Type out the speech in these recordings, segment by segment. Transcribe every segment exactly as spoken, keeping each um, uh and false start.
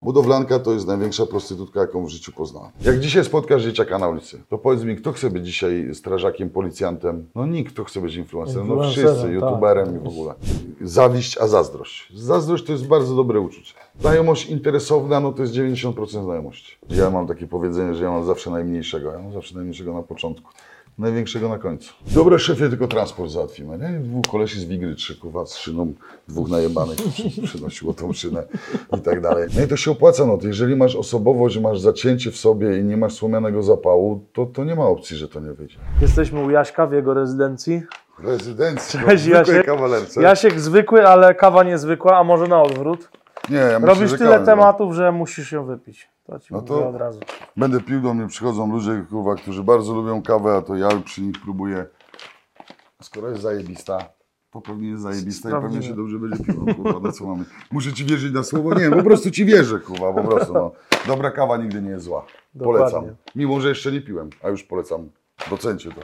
Budowlanka to jest największa prostytutka, jaką w życiu poznałem. Jak dzisiaj spotkasz dzieciaka na ulicy, to powiedz mi, kto chce być dzisiaj strażakiem, policjantem? No nikt, kto chce być influencerem. No wszyscy, youtuberem tak. I w ogóle. Zawiść, a zazdrość. Zazdrość to jest bardzo dobre uczucie. Znajomość interesowna, no to jest dziewięćdziesiąt procent znajomości. Ja mam takie powiedzenie, że ja mam zawsze najmniejszego. Ja mam zawsze najmniejszego na początku. Największego na końcu. Dobra, szefie, tylko transport załatwimy, nie? Dwóch kolesi z Wigry, trzy kuwa z szyną, dwóch najebanych przy, przynosiło tą szynę i tak dalej. No i to się opłaca, no to jeżeli masz osobowość, masz zacięcie w sobie i nie masz słomianego zapału, to, to nie ma opcji, że to nie wyjdzie. Jesteśmy u Jaśka w jego rezydencji. Rezydencji, no, zwykłej Jasiek. Kawalerce. Jasiek zwykły, ale kawa niezwykła, a może na odwrót. Nie, ja myślę, Robisz że tyle kawę, tematów, no. że musisz ją wypić. To ci no mówię to od razu. Będę pił, do mnie przychodzą ludzie, kurwa, którzy bardzo lubią kawę, a to ja przy nich próbuję. Skoro jest zajebista, to pewnie jest zajebista i pewnie się dobrze będzie piło, kurwa, no co mamy. Muszę ci wierzyć na słowo? Nie, po prostu ci wierzę, kurwa, po prostu, no. Dobra kawa nigdy nie jest zła. Polecam. Dokładnie. Mimo, że jeszcze nie piłem, a już polecam. Docencie to.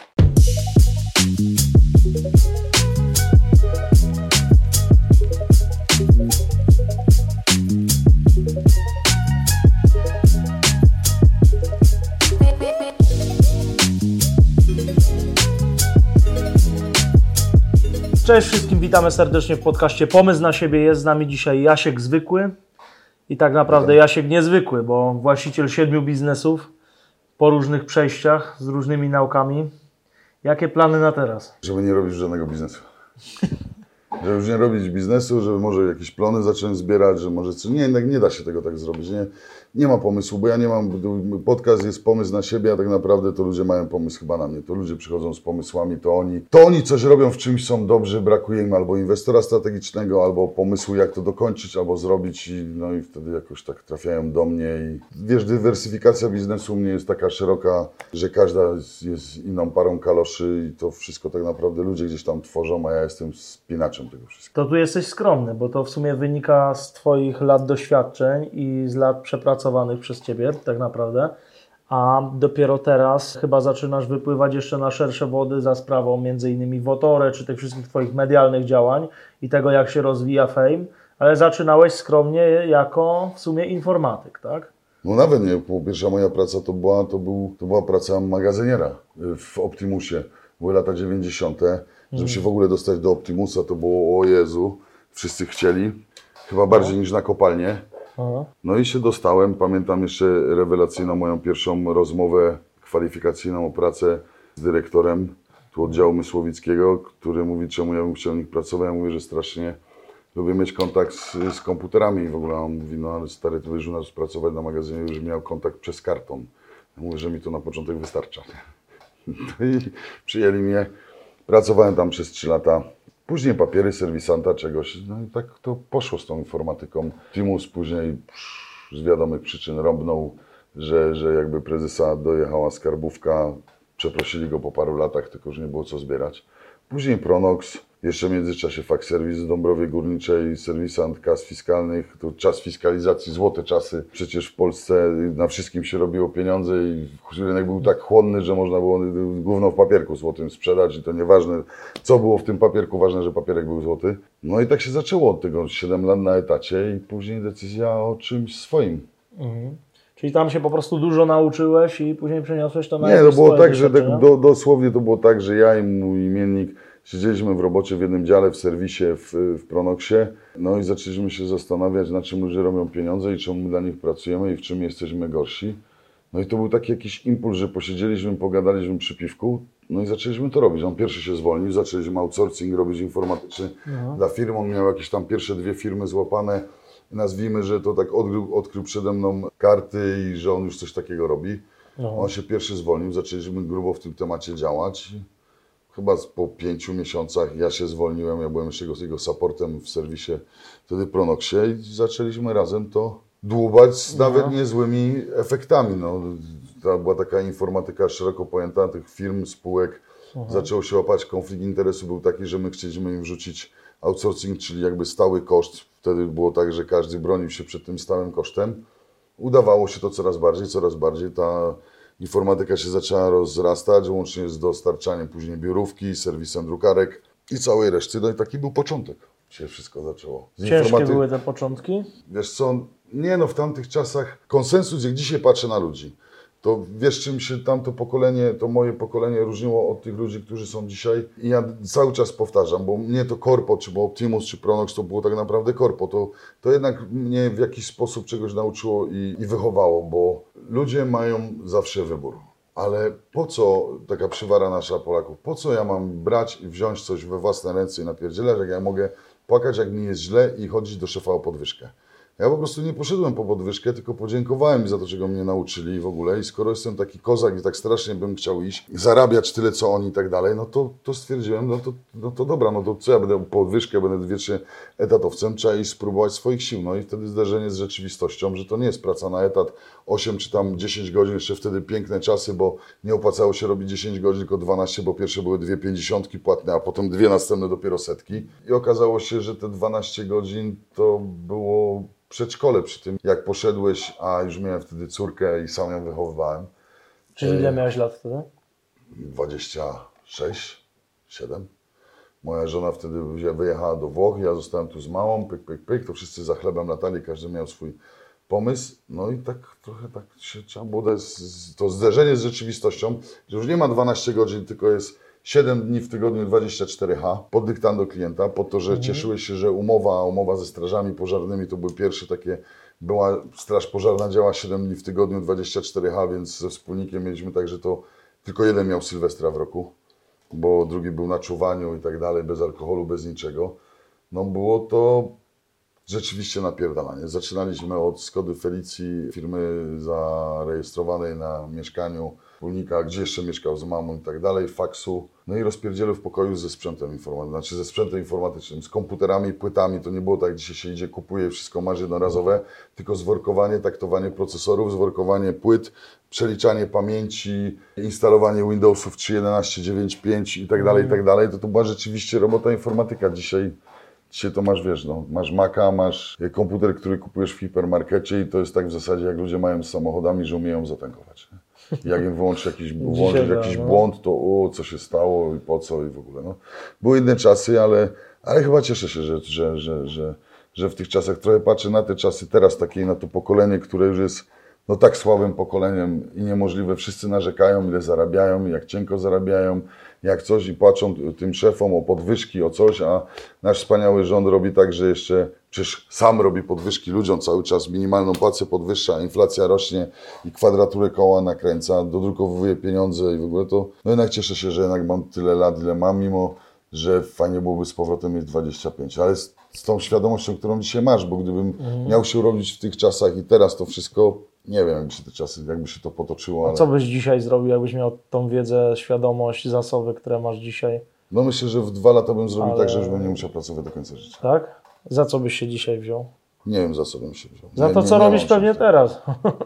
Cześć wszystkim, witamy serdecznie w podcaście Pomysł na siebie. Jest z nami dzisiaj Jasiek Zwykły i tak naprawdę Jasiek Niezwykły, bo właściciel siedmiu biznesów po różnych przejściach z różnymi naukami. Jakie plany na teraz? Żeby nie robić żadnego biznesu. Żeby już nie robić biznesu, żeby może jakieś plony zacząć zbierać, że może coś. Nie, jednak nie da się tego tak zrobić. Nie, nie ma pomysłu, bo ja nie mam. Podcast jest pomysł na siebie, a tak naprawdę to ludzie mają pomysł chyba na mnie. To ludzie przychodzą z pomysłami, to oni. To oni coś robią, w czymś są dobrzy, brakuje im albo inwestora strategicznego, albo pomysłu, jak to dokończyć, albo zrobić. I, no i wtedy jakoś tak trafiają do mnie. I wiesz, dywersyfikacja biznesu u mnie jest taka szeroka, że każda jest inną parą kaloszy i to wszystko tak naprawdę ludzie gdzieś tam tworzą, a ja jestem spinaczem tego wszystkiego. To tu jesteś skromny, bo to w sumie wynika z Twoich lat doświadczeń i z lat przepracowanych przez Ciebie tak naprawdę, a dopiero teraz chyba zaczynasz wypływać jeszcze na szersze wody za sprawą między innymi Wotore, czy tych wszystkich Twoich medialnych działań i tego, jak się rozwija Fame, ale zaczynałeś skromnie jako w sumie informatyk, tak? No nawet nie, bo pierwsza moja praca to była, to był, to była praca magazyniera w Optimusie. Były lata dziewięćdziesiąte. Żeby się w ogóle dostać do Optimusa, to było o Jezu, wszyscy chcieli, chyba bardziej niż na kopalnię. Aha. No i się dostałem, pamiętam jeszcze rewelacyjną moją pierwszą rozmowę kwalifikacyjną o pracę z dyrektorem tu oddziału Mysłowickiego, który mówi, czemu ja bym chciał u nich pracować. Ja mówię, że strasznie lubię mieć kontakt z, z komputerami i w ogóle on mówi, no ale stary, ty będziesz u nas pracować na magazynie, już miał kontakt przez karton. Ja mówię, że mi to na początek wystarcza. No i przyjęli mnie. Pracowałem tam przez trzy lata, później papiery, serwisanta, czegoś, no i tak to poszło z tą informatyką. Timus później psz, z wiadomych przyczyn rąbnął, że, że jakby prezesa dojechała skarbówka, przeprosili go po paru latach, tylko że nie było co zbierać. Później Pronox, jeszcze w międzyczasie Fakt Serwis w Dąbrowie Górniczej, serwisant kas fiskalnych, to czas fiskalizacji, złote czasy. Przecież w Polsce na wszystkim się robiło pieniądze i rynek był tak chłonny, że można było gówno w papierku złotym sprzedać i to nieważne, co było w tym papierku, ważne, że papierek był złoty. No i tak się zaczęło od tego siedem lat na etacie i później decyzja o czymś swoim. Mhm. Czyli tam się po prostu dużo nauczyłeś i później przeniosłeś to na Nie, to było tak, że tak, do, dosłownie to było tak, że ja i mój imiennik siedzieliśmy w robocie w jednym dziale, w serwisie, w, w Pronoxie, no i zaczęliśmy się zastanawiać, na czym ludzie robią pieniądze i czemu my dla nich pracujemy i w czym jesteśmy gorsi. No i to był taki jakiś impuls, że posiedzieliśmy, pogadaliśmy przy piwku, no i zaczęliśmy to robić. On pierwszy się zwolnił, zaczęliśmy outsourcing robić informatyczny no. dla firm. On miał jakieś tam pierwsze dwie firmy złapane, nazwijmy, że to tak odkrył, odkrył przede mną karty i że on już coś takiego robi. No. On się pierwszy zwolnił, zaczęliśmy grubo w tym temacie działać. Chyba po pięciu miesiącach ja się zwolniłem, ja byłem jeszcze jego supportem w serwisie wtedy Pronoxie i zaczęliśmy razem to dłubać z no. nawet niezłymi efektami. No, to była taka informatyka szeroko pojęta tych firm, spółek. Aha. Zaczął się łapać, konflikt interesu był taki, że my chcieliśmy im wrzucić outsourcing, czyli jakby stały koszt. Wtedy było tak, że każdy bronił się przed tym stałym kosztem. Udawało się to coraz bardziej, coraz bardziej. Ta informatyka się zaczęła rozrastać, łącznie z dostarczaniem później biurówki, serwisem drukarek i całej reszty. No i taki był początek. Się wszystko zaczęło. Z Ciężkie informaty... były te początki? Wiesz co, Nie no, w tamtych czasach konsensus, jak dzisiaj patrzę na ludzi, to wiesz, czym się tamto pokolenie, to moje pokolenie różniło od tych ludzi, którzy są dzisiaj. I ja cały czas powtarzam, bo mnie to Corpo, czy bo Optimus, czy Pronox, to było tak naprawdę Corpo. To, to jednak mnie w jakiś sposób czegoś nauczyło i, i wychowało, bo ludzie mają zawsze wybór. Ale po co taka przywara nasza Polaków? Po co ja mam brać i wziąć coś we własne ręce i napierdzielać, jak ja mogę płakać, jak mi jest źle i chodzić do szefa o podwyżkę? Ja po prostu nie poszedłem po podwyżkę, tylko podziękowałem im za to, czego mnie nauczyli i w ogóle. I skoro jestem taki kozak i tak strasznie bym chciał iść, zarabiać tyle, co oni i tak dalej, no to, to stwierdziłem, no to, no to dobra, no to co ja będę podwyżkę, będę wiecznie etatowcem, trzeba iść spróbować swoich sił. No i wtedy zderzenie z rzeczywistością, że to nie jest praca na etat osiem czy tam dziesięć godzin, jeszcze wtedy piękne czasy, bo nie opłacało się robić dziesięć godzin, tylko dwanaście, bo pierwsze były dwie pięćdziesiątki płatne, a potem dwie następne dopiero setki. I okazało się, że te dwanaście godzin to było przedszkole przy tym, jak poszedłeś, a już miałem wtedy córkę i sam ją wychowywałem. Czyli ile miałeś lat wtedy? dwadzieścia sześć, siedem. Moja żona wtedy wyjechała do Włoch, ja zostałem tu z małą, pyk, pyk, pyk, to wszyscy za chlebem latali, każdy miał swój pomysł. No i tak trochę tak się trzeba było dać to zderzenie z rzeczywistością, że już nie ma dwanaście godzin, tylko jest siedem dni w tygodniu, dwadzieścia cztery H pod dyktando klienta, po to, że mhm. cieszyłeś się, że umowa, umowa ze strażami pożarnymi to były pierwsze takie, była straż pożarna, działa siedem dni w tygodniu, dwadzieścia cztery H, więc ze wspólnikiem mieliśmy tak, że to tylko jeden miał Sylwestra w roku, bo drugi był na czuwaniu i tak dalej, bez alkoholu, bez niczego. No było to rzeczywiście napierdalanie. Zaczynaliśmy od Skody Felicji, firmy zarejestrowanej na mieszkaniu wspólnika, gdzie jeszcze mieszkał z mamą i tak dalej, faksu. No i rozpierdzielu w pokoju ze sprzętem informatycznym, znaczy ze sprzętem informatycznym, z komputerami, płytami. To nie było tak, dzisiaj się idzie, kupuje, wszystko masz jednorazowe, tylko zworkowanie, taktowanie procesorów, zworkowanie płyt, przeliczanie pamięci, instalowanie Windowsów trzy jedenaście, dziewięć pięć i tak dalej, i tak dalej. To to była rzeczywiście robota informatyka. Dzisiaj Dzisiaj to masz, wiesz, no, masz Maca, masz komputer, który kupujesz w hipermarkecie i to jest tak w zasadzie, jak ludzie mają z samochodami, że umieją zatankować. Nie? I jak im wyłączy jakiś, włączysz jakiś no. błąd, to o, co się stało i po co i w ogóle. No. Były inne czasy, ale, ale chyba cieszę się, że, że, że, że, że w tych czasach trochę patrzę na te czasy teraz takie, na to pokolenie, które już jest no tak słabym pokoleniem i niemożliwe. Wszyscy narzekają, ile zarabiają, jak cienko zarabiają, jak coś i płaczą tym szefom o podwyżki, o coś, a nasz wspaniały rząd robi tak, że jeszcze przecież sam robi podwyżki ludziom cały czas, minimalną płacę podwyższa, inflacja rośnie i kwadraturę koła nakręca, dodrukowuje pieniądze i w ogóle to, no jednak cieszę się, że jednak mam tyle lat, ile mam, mimo że fajnie byłoby z powrotem mieć dwadzieścia pięć, ale z, z tą świadomością, którą dzisiaj masz, bo gdybym mhm. miał się urodzić w tych czasach i teraz to wszystko, nie wiem, jakby się te czasy, jakby się to potoczyło. Ale... A co byś dzisiaj zrobił, jakbyś miał tą wiedzę, świadomość, zasoby, które masz dzisiaj? No myślę, że w dwa lata bym zrobił ale... tak, że już bym nie musiał pracować do końca życia. Tak? Za co byś się dzisiaj wziął? Nie wiem, za co bym się wziął. Za nie, to, nie, co nie robisz pewnie teraz.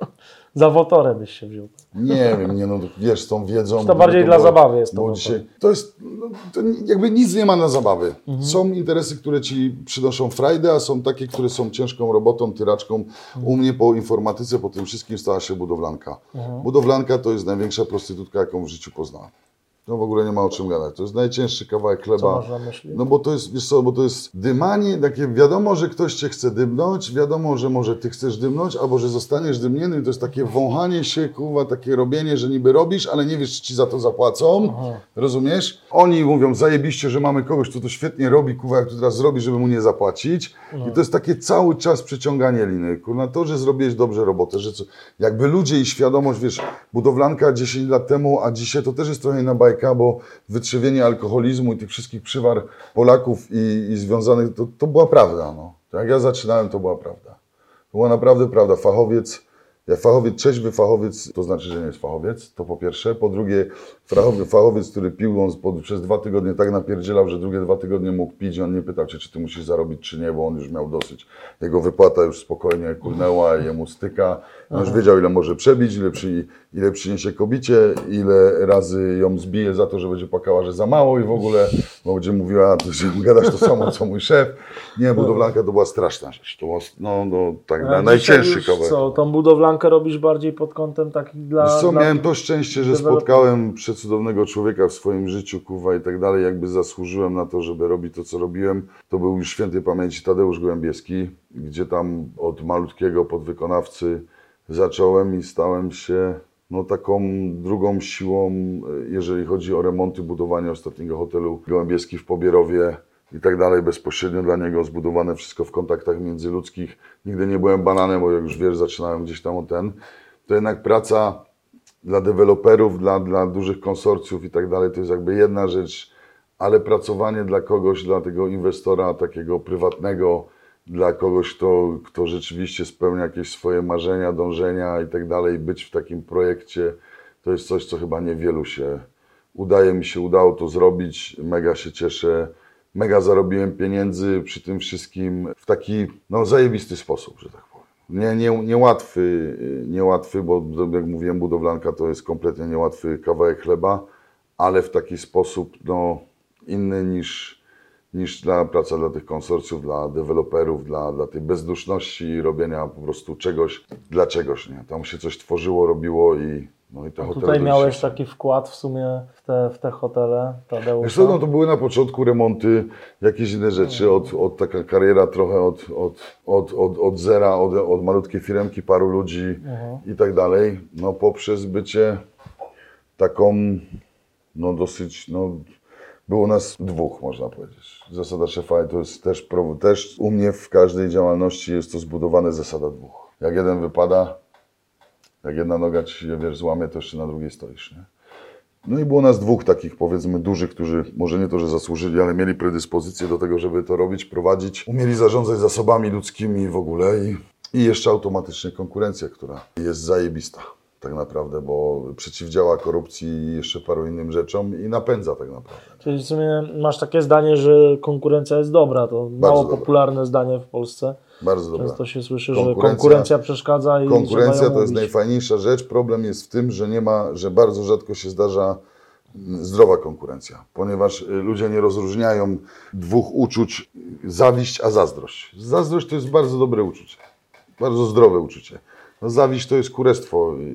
Za wotorę byś się wziął. Nie wiem, nie no, wiesz, z tą wiedzą... To bardziej to dla było, zabawy jest to. Dzisiaj, to jest, no, to jakby nic nie ma na zabawy. Mhm. Są interesy, które ci przynoszą frajdę, a są takie, które są ciężką robotą, tyraczką. Mhm. U mnie po informatyce, po tym wszystkim stała się budowlanka. Mhm. Budowlanka to jest największa prostytutka, jaką w życiu poznałem. No w ogóle nie ma o czym gadać. To jest najcięższy kawałek chleba. Co masz na myśli? No bo to jest, wiesz co, bo to jest dymanie, takie wiadomo, że ktoś cię chce dymnąć, wiadomo, że może ty chcesz dymnąć, albo że zostaniesz dymnięty. To jest takie wąchanie się, kurwa, takie robienie, że niby robisz, ale nie wiesz, czy ci za to zapłacą. Aha. Rozumiesz? Oni mówią, zajebiście, że mamy kogoś, kto to świetnie robi, kurwa, jak to teraz zrobi, żeby mu nie zapłacić. No. I to jest takie cały czas przeciąganie liny. Kurwa, to, że zrobiłeś dobrze robotę, że co, jakby ludzie i świadomość, wiesz, budowlanka dziesięć lat temu, a dzisiaj to też jest trochę inna bajka, bo wytrzewienie alkoholizmu i tych wszystkich przywar Polaków i, i związanych, to, to była prawda. No. Jak ja zaczynałem, to była prawda. To była naprawdę prawda. Fachowiec, jak fachowiec, trzeźwy fachowiec, to znaczy, że nie jest fachowiec, to po pierwsze. Po drugie, fachowiec, fachowiec który pił, on pod, przez dwa tygodnie tak napierdzielał, że drugie dwa tygodnie mógł pić i on nie pytał cię, czy ty musisz zarobić, czy nie, bo on już miał dosyć. Jego wypłata już spokojnie kulnęła i jemu styka. On już wiedział, ile może przebić, ile, przy, ile przyniesie kobicie, ile razy ją zbije za to, że będzie płakała, że za mało i w ogóle, bo będzie mówiła, że gadasz to samo, co mój szef. Nie, budowlanka to była straszna rzecz. To była, no, no, tak, na, najcięższy kawałek. Co, tą budowlankę budowlankę robisz bardziej pod kątem takich dla... Wiesz co, dla... miałem to szczęście, że spotkałem przecudownego człowieka w swoim życiu, kurwa, i tak dalej, jakby zasłużyłem na to, żeby robić to, co robiłem. To był już świętej pamięci Tadeusz Gołębieski, gdzie tam od malutkiego podwykonawcy zacząłem i stałem się no, taką drugą siłą, jeżeli chodzi o remonty, budowanie ostatniego hotelu Gołębieski w Pobierowie i tak dalej, bezpośrednio dla niego zbudowane wszystko w kontaktach międzyludzkich. Nigdy nie byłem bananem, bo jak już wiesz, zaczynałem gdzieś tam o ten. To jednak praca dla deweloperów, dla, dla dużych konsorcjów i tak dalej, to jest jakby jedna rzecz, ale pracowanie dla kogoś, dla tego inwestora takiego prywatnego, dla kogoś, kto, kto rzeczywiście spełnia jakieś swoje marzenia, dążenia i tak dalej, być w takim projekcie, to jest coś, co chyba niewielu się udaje. Mi się udało to zrobić, mega się cieszę. Mega zarobiłem pieniędzy przy tym wszystkim w taki no, zajebisty sposób, że tak powiem. Nie, nie, niełatwy, niełatwy, bo jak mówiłem, budowlanka to jest kompletnie niełatwy kawałek chleba, ale w taki sposób no, inny niż, niż dla praca dla tych konsorcjów, dla deweloperów, dla, dla tej bezduszności robienia po prostu czegoś dla czegoś. Nie? Tam się coś tworzyło, robiło i no i te hotele. Tutaj miałeś taki wkład w sumie w te, w te hotele Tadeusza. Wiesz co, no to były na początku remonty, jakieś inne rzeczy, od, od taka kariera trochę od, od, od, od, od zera, od, od malutkiej firemki, paru ludzi uh-huh. i tak dalej, no poprzez bycie taką, no dosyć, no było nas dwóch, można powiedzieć. Zasada szefa to jest też, też u mnie w każdej działalności jest to zbudowane zasada dwóch. Jak jeden wypada, jak jedna noga ci się, wiesz, złamie, to jeszcze na drugiej stoisz, nie? No i było nas dwóch takich, powiedzmy, dużych, którzy może nie to, że zasłużyli, ale mieli predyspozycję do tego, żeby to robić, prowadzić. Umieli zarządzać zasobami ludzkimi w ogóle i, i jeszcze automatycznie konkurencja, która jest zajebista tak naprawdę, bo przeciwdziała korupcji i jeszcze paru innym rzeczom i napędza tak naprawdę. Czyli w sumie masz takie zdanie, że konkurencja jest dobra. To Bardzo mało dobra. popularne zdanie w Polsce. Bardzo dobra. Często się słyszy, że konkurencja przeszkadza i Konkurencja trzeba ją to jest mówić. najfajniejsza rzecz. Problem jest w tym, że nie ma, że bardzo rzadko się zdarza zdrowa konkurencja, ponieważ ludzie nie rozróżniają dwóch uczuć, zawiść a zazdrość. Zazdrość to jest bardzo dobre uczucie, bardzo zdrowe uczucie. No, zawiść to jest kurestwo i,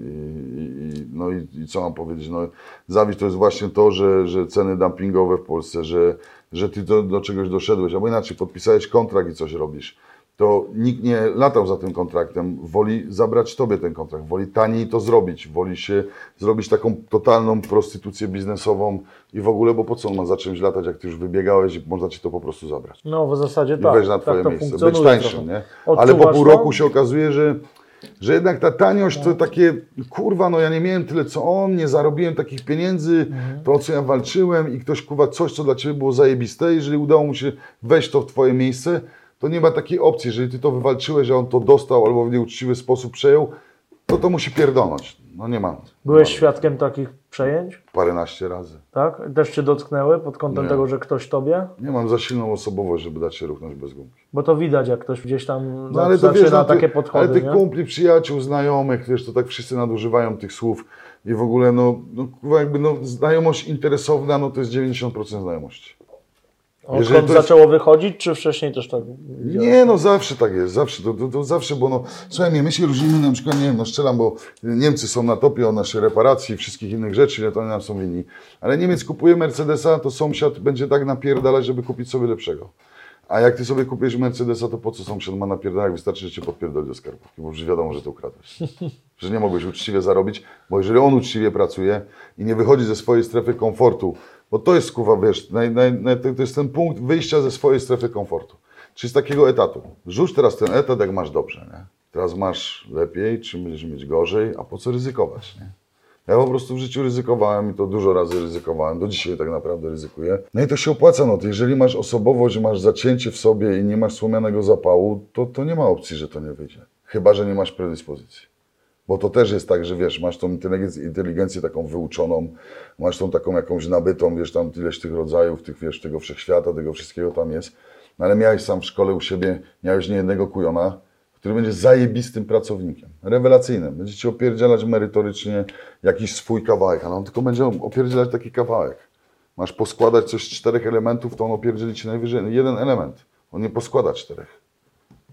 i, no i, i co mam powiedzieć, no, zawiść to jest właśnie to, że, że ceny dumpingowe w Polsce, że, że ty do, do czegoś doszedłeś, albo inaczej podpisałeś kontrakt i coś robisz. To nikt nie latał za tym kontraktem, woli zabrać tobie ten kontrakt, woli taniej to zrobić, woli się zrobić taką totalną prostytucję biznesową i w ogóle, bo po co on ma za czymś latać, jak ty już wybiegałeś i można ci to po prostu zabrać. No w zasadzie I tak. weź na twoje tak to miejsce, być funkcjonuje tańszym, trochę. nie? Odczuwasz Ale po pół to? roku się okazuje, że, że jednak ta taniość to takie, kurwa, no ja nie miałem tyle co on, nie zarobiłem takich pieniędzy, Mhm. to o co ja walczyłem i ktoś, kurwa, coś, co dla ciebie było zajebiste, jeżeli udało mu się wejść to w twoje miejsce, to nie ma takiej opcji, jeżeli ty to wywalczyłeś, że on to dostał albo w nieuczciwy sposób przejął, to to musi pierdolnąć. No nie ma. Byłeś nie ma. świadkiem takich przejęć? Paręnaście razy. Tak? Też cię dotknęły pod kątem Nie. tego, że ktoś tobie? Nie mam za silną osobowość, żeby dać się ruchnąć bez gumki. Bo to widać, jak ktoś gdzieś tam No ale to zaczyna wiesz, no, ty, takie podchody, ale tych nie? kumpli, przyjaciół, znajomych, wiesz, to tak wszyscy nadużywają tych słów i w ogóle, no, no kurwa, jakby, no, znajomość interesowna, no to jest dziewięćdziesiąt procent znajomości. Odkąd jeżeli to jest- zaczęło wychodzić, czy wcześniej też tak widziałeś? Nie, no zawsze tak jest, zawsze, to, to, to zawsze, bo no, słuchaj mnie, my się różnimy na przykład, nie wiem, no strzelam, bo Niemcy są na topie o naszej reparacji i wszystkich innych rzeczy, ile to oni nam są winni, ale Niemiec kupuje Mercedesa, to sąsiad będzie tak napierdalać, żeby kupić sobie lepszego. A jak ty sobie kupisz Mercedesa, to po co sąsiad ma napierdalać? Wystarczy, że cię podpierdoli do skarbówki, bo już wiadomo, że to ukradłeś. Że nie mogłeś uczciwie zarobić, bo jeżeli on uczciwie pracuje i nie wychodzi ze swojej strefy komfortu, bo to jest, kurwa, wiesz, naj, naj, naj, to jest ten punkt wyjścia ze swojej strefy komfortu. Czyli z takiego etatu. Rzuć teraz ten etat, jak masz dobrze, nie? Teraz masz lepiej, czy będziesz mieć gorzej, a po co ryzykować, nie? Ja po prostu w życiu ryzykowałem i to dużo razy ryzykowałem, do dzisiaj tak naprawdę ryzykuję. No i to się opłaca, no to jeżeli masz osobowość, masz zacięcie w sobie i nie masz słomianego zapału, to, to nie ma opcji, że to nie wyjdzie. Chyba że nie masz predyspozycji. Bo to też jest tak, że wiesz, masz tą inteligencję, inteligencję taką wyuczoną, masz tą taką jakąś nabytą, wiesz, tam ileś tych rodzajów, tych, wiesz, tego wszechświata, tego wszystkiego tam jest. No ale miałeś sam w szkole u siebie, miałeś niejednego kujona, który będzie zajebistym pracownikiem, rewelacyjnym. Będzie ci opierdzielać merytorycznie jakiś swój kawałek, ale on tylko będzie opierdzielać taki kawałek. Masz poskładać coś z czterech elementów, to on opierdzieli ci najwyżej jeden element. On nie poskłada czterech.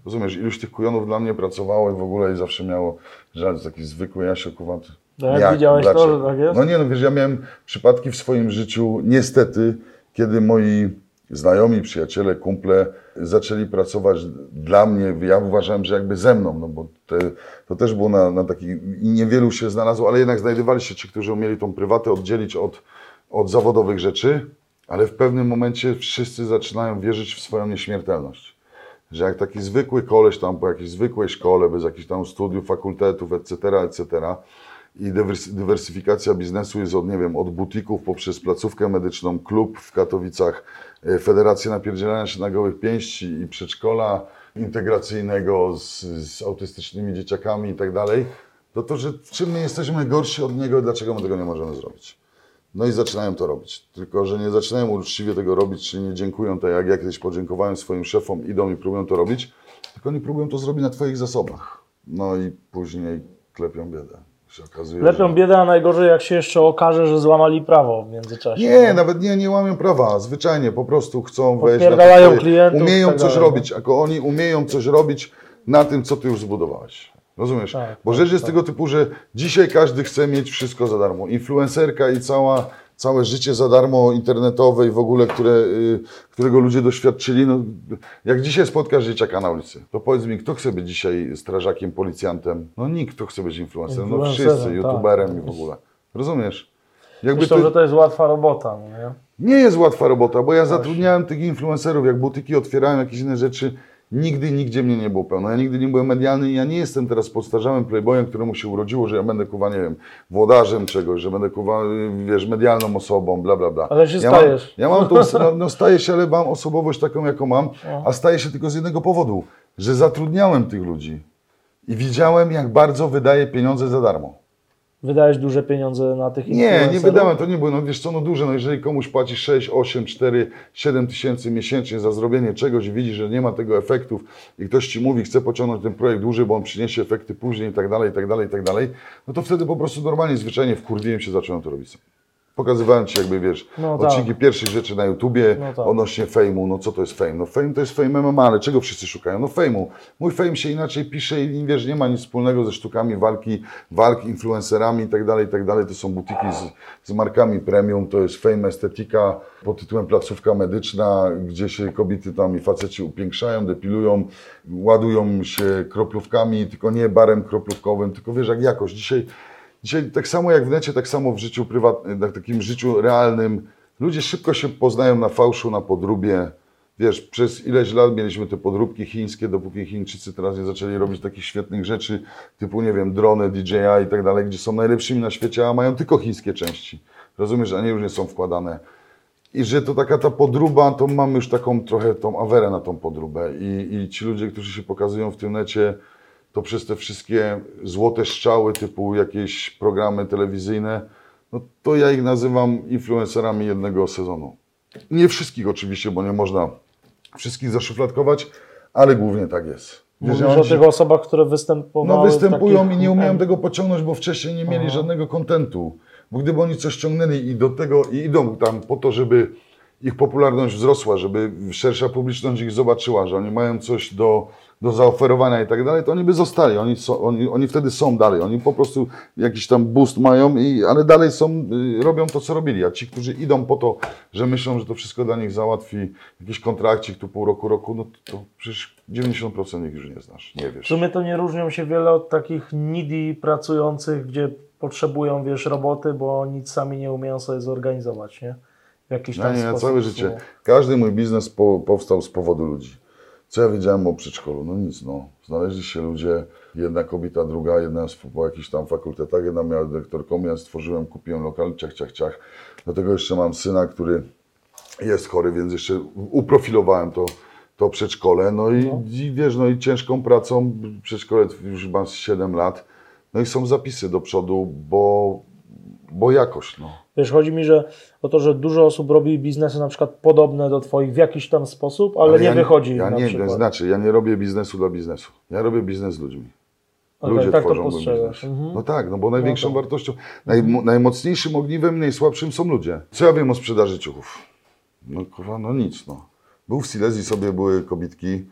Rozumiesz, iluś tych kujonów dla mnie pracowało i w ogóle i zawsze miało, że jest taki zwykły Jasio, kurwa. No jak, jak widziałeś to, że tak jest? No nie, no wiesz, ja miałem przypadki w swoim życiu, niestety, kiedy moi znajomi, przyjaciele, kumple zaczęli pracować dla mnie, ja uważałem, że jakby ze mną, no bo te, to też było na, na taki, i niewielu się znalazło, ale jednak znajdowali się ci, którzy umieli tą prywatę oddzielić od, od zawodowych rzeczy, ale w pewnym momencie wszyscy zaczynają wierzyć w swoją nieśmiertelność. Że jak taki zwykły koleś tam po jakiejś zwykłej szkole, bez jakichś tam studiów, fakultetów, et cetera, et cetera, i dywersyfikacja biznesu jest od, nie wiem, od butików poprzez placówkę medyczną, klub w Katowicach, federację napierdzielania się na gołych pięści i przedszkola integracyjnego z, z autystycznymi dzieciakami i tak dalej, to to, że czym my jesteśmy gorsi od niego i dlaczego my tego nie możemy zrobić. No i zaczynają to robić. Tylko że nie zaczynają uczciwie tego robić, czyli nie dziękują tak jak ja kiedyś podziękowałem swoim szefom, idą i próbują to robić, tylko oni próbują to zrobić na twoich zasobach. No i później klepią biedę. Się okazuje, Lepią że... biedę, a najgorzej jak się jeszcze okaże, że złamali prawo w międzyczasie. Nie, no. nawet nie, nie łamią prawa. Zwyczajnie po prostu chcą wejść na Podpierdalają twoje... klientów. Umieją tak coś dalej, robić, jako oni umieją coś robić na tym, co ty już zbudowałeś. Rozumiesz? Tak, Bo tak, rzecz jest tak. tego typu, że dzisiaj każdy chce mieć wszystko za darmo. Influencerka i cała, całe życie za darmo internetowe i w ogóle, które, y, którego ludzie doświadczyli. No, jak dzisiaj spotkasz dzieciaka na ulicy, to powiedz mi, kto chce być dzisiaj strażakiem, policjantem? No nikt, kto chce być influencerem. No Influencerem, wszyscy, tak. youtuberem i w ogóle. Rozumiesz? Jakby Myślę, ty- że to jest łatwa robota, no nie? Nie jest łatwa robota, bo ja zatrudniałem tych influencerów, jak butyki otwierałem, jakieś inne rzeczy. Nigdy, nigdzie mnie nie było pełno. Ja nigdy nie byłem medialny i ja nie jestem teraz podstarzałym playboyem, któremu się urodziło, że ja będę, kuwa, nie wiem, włodarzem czegoś, że będę, kuwa, wiesz, medialną osobą, bla, bla, bla. Ale się ja stajesz. Mam, ja mam tą, no, no staję się, ale mam osobowość taką, jaką mam, a staję się tylko z jednego powodu, że zatrudniałem tych ludzi i widziałem, jak bardzo wydaję pieniądze za darmo. Wydajesz duże pieniądze na tych Nie, influencerów? nie wydałem, to nie było, no wiesz co, no duże, no jeżeli komuś płacisz sześć, osiem, cztery, siedem tysięcy miesięcznie za zrobienie czegoś i widzisz, że nie ma tego efektów i ktoś ci mówi, chce pociągnąć ten projekt dłużej, bo on przyniesie efekty później i tak dalej, i tak dalej, i tak dalej, no to wtedy po prostu normalnie, zwyczajnie wkurwiłem się, zacząłem to robić sam. Pokazywałem ci jakby, wiesz, No odcinki tak. pierwszych rzeczy na YouTubie No tak. odnośnie fejmu. No co to jest fame? No fame to jest fame M M A, ale czego wszyscy szukają? No fejmu. Mój fame się inaczej pisze i wiesz, nie ma nic wspólnego ze sztukami walki, walk, influencerami i tak dalej, i tak dalej. To są butiki z, z markami premium, to jest fame estetyka pod tytułem placówka medyczna, gdzie się kobiety tam i faceci upiększają, depilują, ładują się kroplówkami, tylko nie barem kroplówkowym, tylko wiesz, jak jakość. Dzisiaj Dzisiaj tak samo jak w necie, tak samo w życiu prywatnym, w takim życiu realnym. Ludzie szybko się poznają na fałszu, na podróbie. Wiesz, przez ileś lat mieliśmy te podróbki chińskie, dopóki Chińczycy teraz nie zaczęli robić takich świetnych rzeczy, typu, nie wiem, drony, D J I i tak dalej, gdzie są najlepszymi na świecie, a mają tylko chińskie części. Rozumiesz, a nie już nie są wkładane. I że to taka ta podróba, to mamy już taką trochę tą awerę na tą podróbę. I, i ci ludzie, którzy się pokazują w tym necie, to przez te wszystkie złote strzały typu jakieś programy telewizyjne, no to ja ich nazywam influencerami jednego sezonu. Nie wszystkich oczywiście, bo nie można wszystkich zaszufladkować, ale głównie tak jest. Mówisz Wiesz, o oni tych się- osobach, które występowały no występują w takich... i nie umieją tego pociągnąć, bo wcześniej nie mieli Aha. żadnego kontentu. Bo gdyby oni coś ciągnęli i do tego i idą tam po to, żeby ich popularność wzrosła, żeby szersza publiczność ich zobaczyła, że oni mają coś do, do zaoferowania i tak dalej, to oni by zostali. Oni, są, oni, oni wtedy są dalej. Oni po prostu jakiś tam boost mają, i, ale dalej są, y, robią to, co robili. A ci, którzy idą po to, że myślą, że to wszystko dla nich załatwi jakiś kontrakcik tu pół roku, roku, no to, to przecież dziewięćdziesiąt procent ich już nie znasz, nie W wiesz. sumie to nie różnią się wiele od takich needy pracujących, gdzie potrzebują, wiesz, roboty, bo nic sami nie umieją sobie zorganizować, nie? W jakiś Ja tam nie, ja sposób. całe życie. Każdy mój biznes po, powstał z powodu ludzi. Co ja wiedziałem o przedszkolu? No nic, no. Znaleźli się ludzie, jedna kobieta, druga, jedna po jakichś tam fakultetach, jedna miała dyrektorką, ja stworzyłem, kupiłem lokal, ciach, ciach, ciach. Do tego jeszcze mam syna, który jest chory, więc jeszcze uprofilowałem to, to przedszkole. No i, No. i wiesz, no i ciężką pracą, przedszkole już mam siedem lat, no i są zapisy do przodu, bo, bo jakoś, no. Wiesz, chodzi mi że o to, że dużo osób robi biznesy na przykład podobne do Twoich w jakiś tam sposób, ale, nie ja wychodzi im Ja na nie, przykład. znaczy, ja nie robię biznesu dla biznesu. Ja robię biznes z ludźmi. Okej, Ludzie tak to tworzą mój postrzegasz. biznes. Mhm. No tak, no bo największą tak. wartością, naj, najmocniejszym ogniwem, najsłabszym są ludzie. Co ja wiem o sprzedaży ciuchów? No kurwa, no nic, no. Był w Silesii sobie, były kobitki,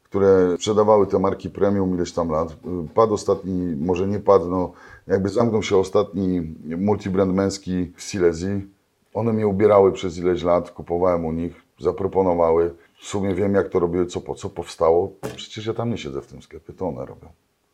które sprzedawały te marki premium ileś tam lat. Padł ostatni, może nie padł, no jakby zamknął się ostatni multibrand męski w Silesii. One mnie ubierały przez ileś lat, kupowałem u nich, zaproponowały. W sumie wiem, jak to robiły, co, po, co powstało. Przecież ja tam nie siedzę w tym sklepie, to one robią.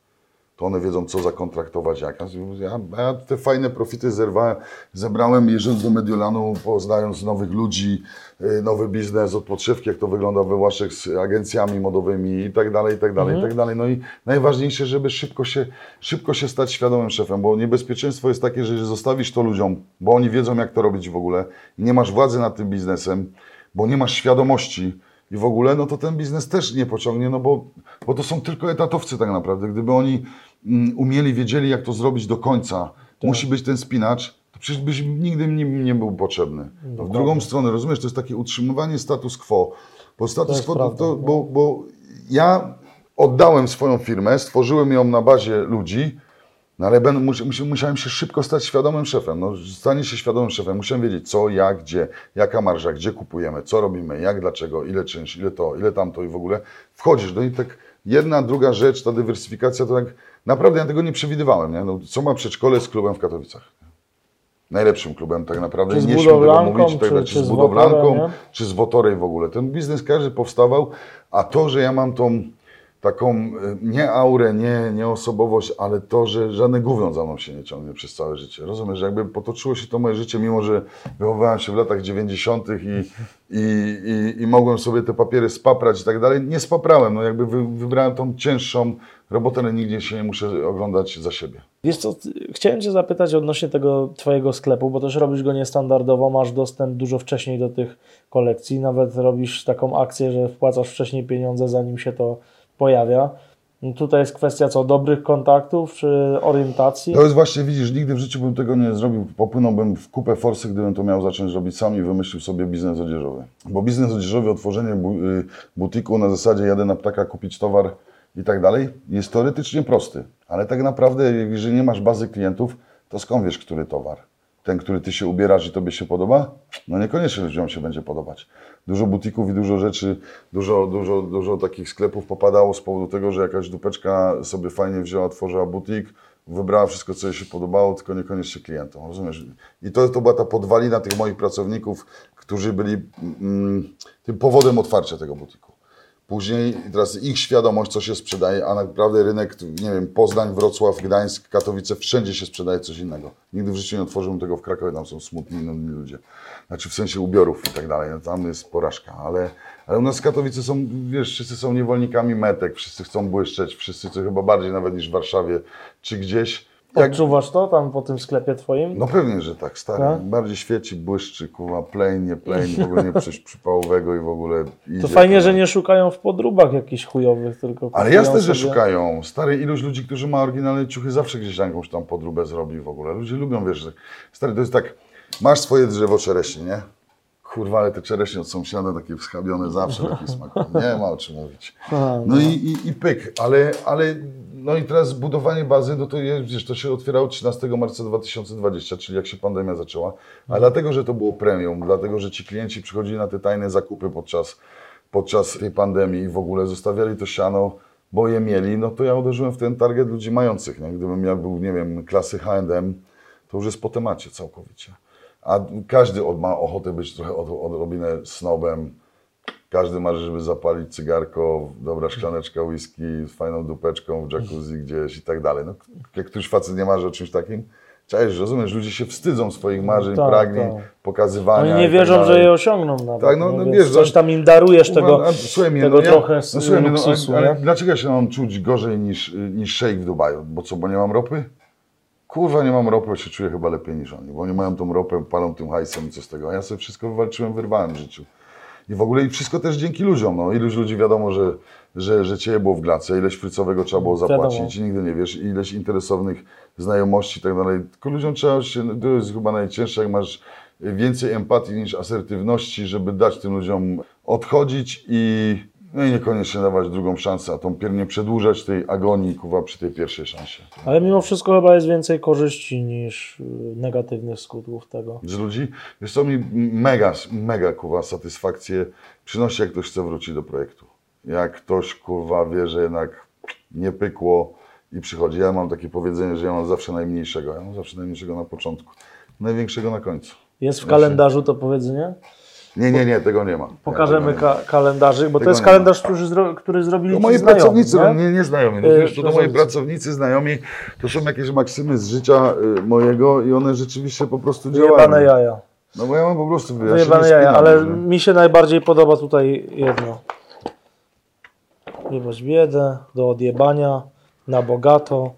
To one wiedzą, co zakontraktować, jak. Ja, ja te fajne profity zerwałem, zebrałem, jeżdżąc do Mediolanu, poznając nowych ludzi, nowy biznes od podszewki, jak to wygląda we Waszech z agencjami modowymi i tak dalej, i tak dalej, i tak dalej. No i najważniejsze, żeby szybko się, szybko się stać świadomym szefem, bo niebezpieczeństwo jest takie, że zostawisz to ludziom, bo oni wiedzą, jak to robić w ogóle i nie masz władzy nad tym biznesem, bo nie masz świadomości i w ogóle, no to ten biznes też nie pociągnie, no bo, bo to są tylko etatowcy tak naprawdę. Gdyby oni um, umieli, wiedzieli, jak to zrobić do końca, tak. Musi być ten spinacz, to przecież byś nigdy nie, nie był potrzebny. No w drugą stronę, rozumiesz, to jest takie utrzymywanie status quo. Bo status quo, to, to, bo, bo ja oddałem swoją firmę, stworzyłem ją na bazie ludzi, no ale ben, mus, musiałem się szybko stać świadomym szefem. No, stanie się świadomym szefem. Musiałem wiedzieć co, jak, gdzie, jaka marża, gdzie kupujemy, co robimy, jak, dlaczego, ile czynsz, ile to, ile tamto i w ogóle. Wchodzisz, no i tak jedna, druga rzecz, ta dywersyfikacja, to tak naprawdę ja tego nie przewidywałem. Nie? No, co ma przedszkole z klubem w Katowicach? Najlepszym klubem tak naprawdę. Czy z nie śmiem tego mówić, czy, tak, czy, czy, czy z z budowlanką, Wotorem, czy z Wotorej w ogóle. Ten biznes każdy powstawał, a to, że ja mam tą taką nie aurę, nie, nie osobowość, ale to, że żadne gówno za mną się nie ciągnie przez całe życie. Rozumiesz, że jakby potoczyło się to moje życie, mimo że wychowywałem się w latach dziewięćdziesiątych i, i, i, i mogłem sobie te papiery spaprać i tak dalej. Nie spaprałem, no jakby wy, wybrałem tą cięższą robotę, ale nigdzie się nie muszę oglądać za siebie. Wiesz co, chciałem Cię zapytać odnośnie tego Twojego sklepu, bo też robisz go niestandardowo, masz dostęp dużo wcześniej do tych kolekcji, nawet robisz taką akcję, że wpłacasz wcześniej pieniądze, zanim się to pojawia. Tutaj jest kwestia co, dobrych kontaktów czy orientacji? To jest właśnie, widzisz, nigdy w życiu bym tego nie zrobił. Popłynąłbym w kupę forsy, gdybym to miał zacząć robić sam i wymyślił sobie biznes odzieżowy. Bo biznes odzieżowy, otworzenie bu butiku na zasadzie jadę na ptaka kupić towar i tak dalej, jest teoretycznie prosty. Ale tak naprawdę, jeżeli nie masz bazy klientów, to skąd wiesz, który towar? Ten, który ty się ubierasz i tobie się podoba? No niekoniecznie ludziom się będzie podobać. Dużo butików i dużo rzeczy, dużo, dużo, dużo takich sklepów popadało z powodu tego, że jakaś dupeczka sobie fajnie wzięła, otworzyła butik, wybrała wszystko, co jej się podobało, tylko niekoniecznie klientom, rozumiesz? I to, to była ta podwalina tych moich pracowników, którzy byli mm, tym powodem otwarcia tego butiku. Później teraz ich świadomość, co się sprzedaje, a naprawdę rynek, nie wiem, Poznań, Wrocław, Gdańsk, Katowice, wszędzie się sprzedaje coś innego. Nigdy w życiu nie otworzyłem tego w Krakowie, tam są smutni inni ludzie. Znaczy w sensie ubiorów i tak dalej, no tam jest porażka, ale, ale u nas Katowice są, wiesz, wszyscy są niewolnikami metek, wszyscy chcą błyszczeć, wszyscy co chyba bardziej nawet niż w Warszawie czy gdzieś. Jak... Odczuwasz to tam po tym sklepie Twoim? No pewnie, że tak, stary. Tak? Bardziej świeci, błyszczy, kurwa, plain, nie plain, w ogóle nie coś przypałowego i w ogóle idzie. To fajnie, to... że nie szukają w podróbach jakichś chujowych, tylko ale jasne, że sobie... szukają. Stary, ilość ludzi, którzy ma oryginalne ciuchy, zawsze gdzieś jakąś tam podróbę zrobi w ogóle. Ludzie lubią, wiesz, że... Stary, to jest tak, masz swoje drzewo czereśni, nie? Kurwa, ale te czereśnie od sąsiada takie wschabione zawsze taki smak. Nie ma o czym mówić. No i, i, i pyk, ale, ale no i teraz budowanie bazy, no to jest, wiesz, to się otwierało trzynastego marca dwa tysiące dwudziestego, czyli jak się pandemia zaczęła, a dlatego, że to było premium, dlatego, że ci klienci przychodzili na te tajne zakupy podczas, podczas tej pandemii i w ogóle zostawiali to siano, bo je mieli, no to ja uderzyłem w ten target ludzi mających, nie? Gdybym ja był, nie wiem, klasy H and M, to już jest po temacie całkowicie. A każdy ma ochotę być trochę od, odrobinę snobem. Każdy marzy, żeby zapalić cygarko, dobra szklaneczka whisky z fajną dupeczką w jacuzzi gdzieś i tak dalej. No, jak któryś facet nie marzy o czymś takim, cześć, rozumiesz, ludzie się wstydzą swoich marzeń, tak, pragnień, tak. pokazywania. Oni nie i wierzą, tak że je osiągną nawet. Tak, no, no, no, wiesz, coś tam im darujesz uwa, tego, a, słuchaj mnie, tego no, ja, trochę no, słuchaj mnie, luksusu. no, ale, nie? ale dlaczego ja się mam czuć gorzej niż, niż szejk w Dubaju? Bo co, bo nie mam ropy? Kurwa, nie mam ropy, bo się czuję chyba lepiej niż oni, bo oni mają tą ropę, palą tym hajsem i co z tego. A ja sobie wszystko wywalczyłem, wyrwałem w życiu. I w ogóle i wszystko też dzięki ludziom. No. Iluś ludzi wiadomo, że, że, że cię było w glace, ileś frycowego trzeba było zapłacić, i nigdy nie wiesz, ileś interesownych znajomości i tak dalej. Tylko ludziom trzeba się, to jest chyba najcięższe, jak masz więcej empatii niż asertywności, żeby dać tym ludziom odchodzić i, no i niekoniecznie dawać drugą szansę, a tą piernie przedłużać tej agonii, kuwa, przy tej pierwszej szansie. Ale mimo wszystko chyba jest więcej korzyści niż negatywnych skutków tego. Z ludzi? Wiesz co, mi mega, mega kuwa satysfakcję przynosi, jak ktoś chce wrócić do projektu. jak ktoś kurwa wie, że jednak nie pykło i przychodzi. Ja mam takie powiedzenie, że ja mam zawsze najmniejszego. Ja mam zawsze najmniejszego na początku, największego na końcu. Jest w kalendarzu to powiedzenie? Nie, nie, nie, tego nie ma. Pokażemy nie, ka kalendarzyk, bo tego to jest kalendarz, który, zro który zrobili to ci moi znajomi, pracownicy, nie? no nie, nie znajomi. No, Yy, wiesz, to, to moi pracownicy, znajomi, to są jakieś maksymy z życia y, mojego i one rzeczywiście po prostu działają. Wyjebane jaja. No bo ja mam po prostu ja Wyjebane się nie jaja, spinam, ale że... mi się najbardziej podoba tutaj jedno. Jebać biedę, do odjebania, na bogato.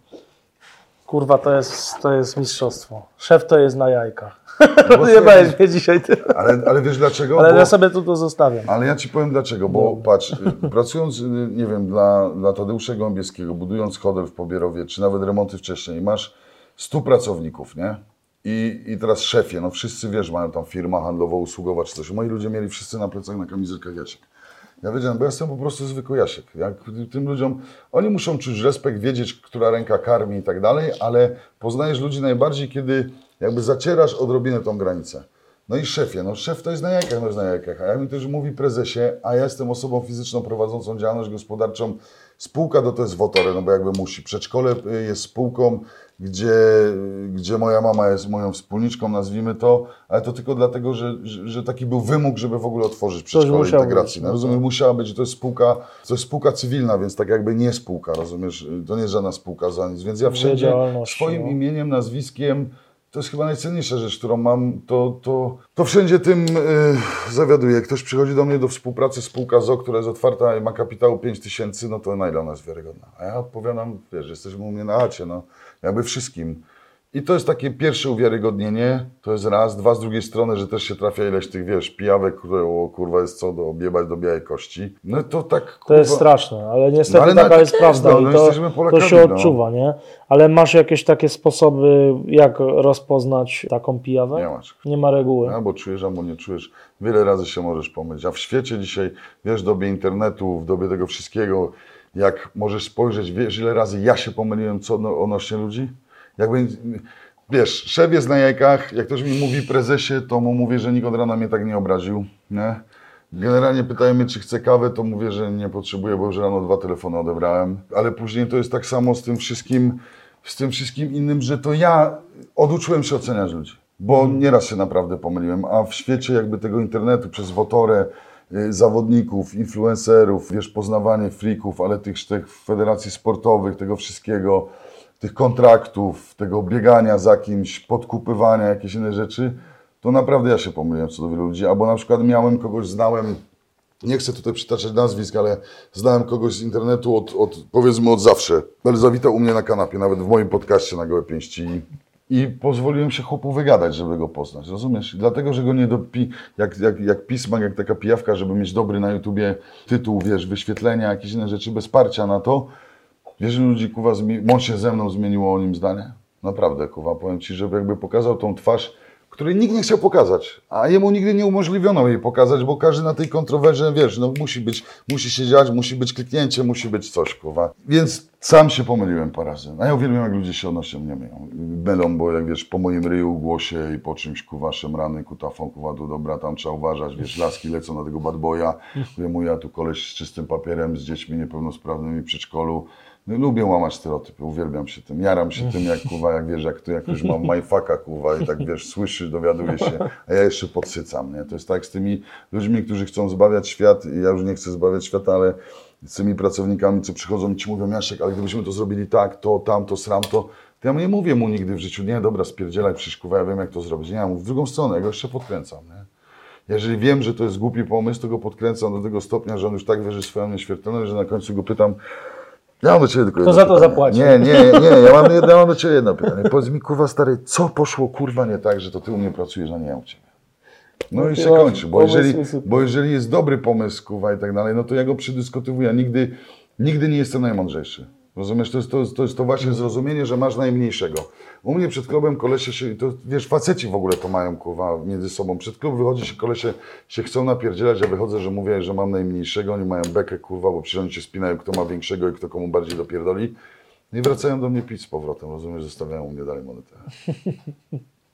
Kurwa, to jest, to jest mistrzostwo. Szef to jest na jajkach. Rozjebałeś mnie dzisiaj ty. Ale, ale wiesz dlaczego? Ale bo... ja sobie tu to zostawiam. Ale ja ci powiem dlaczego, bo patrz, y, pracując, y, nie wiem, dla, dla Tadeusza Gąbieskiego, budując hotel w Pobierowie, czy nawet remonty wcześniej, masz stu pracowników, nie? I, I teraz szefie, no wszyscy wiesz, mają tam firma handlowo-usługowa czy coś. Moi ludzie mieli wszyscy na plecach, na kamizelkach Jasiek. Ja wiedziałem, bo ja jestem po prostu zwykły Jasiek. Jak tym ludziom, oni muszą czuć respekt, wiedzieć, która ręka karmi i tak dalej, ale poznajesz ludzi najbardziej, kiedy jakby zacierasz odrobinę tą granicę. No i szefie, no szef to jest na jajkach, no jest na jajkach. A jak mi też mówi prezesie, a ja jestem osobą fizyczną prowadzącą działalność gospodarczą, spółka to to jest Wotore, no bo jakby musi. Przedszkole jest spółką, gdzie, gdzie moja mama jest moją wspólniczką, nazwijmy to, ale to tylko dlatego, że, że, że taki był wymóg, żeby w ogóle otworzyć przedszkole integracyjne. być, Rozumiesz, musiała być, to jest spółka, to jest spółka cywilna, więc tak jakby nie spółka, rozumiesz, to nie jest żadna spółka za nic, więc ja wszędzie swoim no. imieniem, nazwiskiem, to jest chyba najcenniejsza rzecz, którą mam, to, to, to wszędzie tym yy, zawiaduję. Ktoś przychodzi do mnie do współpracy, spółka z o o, która jest otwarta i ma kapitału pięć tysięcy, no to na ile ona jest wiarygodna? A ja odpowiadam, wiesz, jesteśmy u mnie na chacie, no, jakby wszystkim. I to jest takie pierwsze uwiarygodnienie, to jest raz. Dwa, z drugiej strony, że też się trafia ileś tych, wiesz, pijawek, które, o kurwa, jest co do objebać do białej kości. No to tak, kurwa... To jest straszne, ale niestety no, ale taka tak jest prawda no, i no, to, Polakami, to się odczuwa, no. Nie? Ale masz jakieś takie sposoby, jak rozpoznać taką pijawę? Nie masz. Nie ma reguły. Albo czujesz, albo nie czujesz. Wiele razy się możesz pomylić. A w świecie dzisiaj, wiesz, w dobie internetu, w dobie tego wszystkiego, jak możesz spojrzeć, wiesz, ile razy ja się pomyliłem co no, odnośnie ludzi? Jakby, wiesz, szef jest na jajkach, jak ktoś mi mówi prezesie, to mu mówię, że nikt od rana mnie tak nie obraził, nie? Generalnie pytają mnie, czy chcę kawę, to mówię, że nie potrzebuję, bo już rano dwa telefony odebrałem. Ale później to jest tak samo z tym wszystkim, z tym wszystkim innym, że to ja oduczyłem się oceniać ludzi. Bo nieraz się naprawdę pomyliłem, a w świecie jakby tego internetu przez Wotorę, y, zawodników, influencerów, wiesz, poznawanie freaków, ale tych, tych federacji sportowych, tego wszystkiego, tych kontraktów, tego biegania za kimś, podkupywania, jakieś inne rzeczy, to naprawdę ja się pomyliłem co do wielu ludzi. Albo na przykład miałem kogoś, znałem, nie chcę tutaj przytaczać nazwisk, ale znałem kogoś z internetu od, od powiedzmy od zawsze, ale zawitał u mnie na kanapie, nawet w moim podcaście na Gołe Pięści. I pozwoliłem się chłopu wygadać, żeby go poznać, rozumiesz? Dlatego, że go nie dopi... Jak, jak, jak pisma, jak taka pijawka, żeby mieć dobry na YouTubie tytuł, wiesz, wyświetlenia, jakieś inne rzeczy, bez parcia na to. Wiesz, że ludzi, kuwa, zmi... on się ze mną zmieniło o nim zdanie? Naprawdę, kuwa, powiem Ci, żeby jakby pokazał tą twarz, której nikt nie chciał pokazać, a jemu nigdy nie umożliwiono jej pokazać, bo każdy na tej kontrowerze, wiesz, no musi być, musi się dziać, musi być kliknięcie, musi być coś, kuwa. Więc sam się pomyliłem parę razy. A ja uwielbiam, jak ludzie się odnoszą mnie myją. Mylą, bo jak wiesz, po moim ryju, głosie i po czymś, kuwa, szemrany, kutafon, kuwa, tu dobra, tam trzeba uważać, wiesz, laski lecą na tego bad boya. Mówię, ja tu koleś z czystym papierem, z dziećmi niepełnosprawnymi w przedszkolu. No, lubię łamać stereotypy, uwielbiam się tym, jaram się tym, jak kuwa, jak wiesz, jak to jak już mam mindfucka, kuwa, i tak wiesz, słyszy, dowiaduje się, a ja jeszcze podsycam, nie? To jest tak z tymi ludźmi, którzy chcą zbawiać świat, i ja już nie chcę zbawiać świata, ale z tymi pracownikami, co przychodzą i ci mówią, Jasiek, ale gdybyśmy to zrobili tak, to, tamto, sram, to, to ja nie mówię mu nigdy w życiu, nie, dobra, spierdzielaj, przecież kuwa, ja wiem, jak to zrobić. Nie, ja mu w drugą stronę, ja go jeszcze podkręcam, nie? Jeżeli wiem, że to jest głupi pomysł, to go podkręcam do tego stopnia, że on już tak wierzy w swoją nieśmiertelność, że na końcu go pytam, ja mam do Ciebie tylko jedno Kto za to pytanie. zapłaci? Nie, nie, nie, ja mam, ja mam do Ciebie jedno pytanie. Powiedz mi, kurwa stary, co poszło kurwa nie tak, że to Ty u mnie pracujesz, a nie ja u Ciebie? No, no i się kończy, bo jeżeli, bo jeżeli jest dobry pomysł, kurwa i tak dalej, no to ja go przedyskutowuję, ja nigdy, nigdy nie jestem najmądrzejszy. Rozumiesz, to jest to, to jest to właśnie zrozumienie, że masz najmniejszego. U mnie przed klubem kolesie się, to wiesz, faceci w ogóle to mają, kurwa, między sobą. Przed klub wychodzi się, kolesie się chcą napierdzielać, ja wychodzę, że mówię, że mam najmniejszego, oni mają bekę, kurwa, bo przecież oni się spinają, kto ma większego i kto komu bardziej dopierdoli. I wracają do mnie pić z powrotem, rozumiesz, zostawiają u mnie dalej monetę.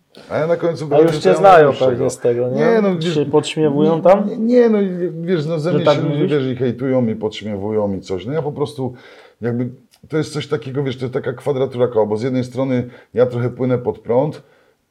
A ja na końcu... A już cię znają pewnie z tego, nie? Nie, no, Czy podśmiewują tam? Nie, nie, no wiesz, no ze mnie tak się ludzie, mówisz? wiesz, i hejtują, i podśmiewują, i coś. No ja po prostu jakby, to jest coś takiego, wiesz, to jest taka kwadratura koła, bo z jednej strony ja trochę płynę pod prąd,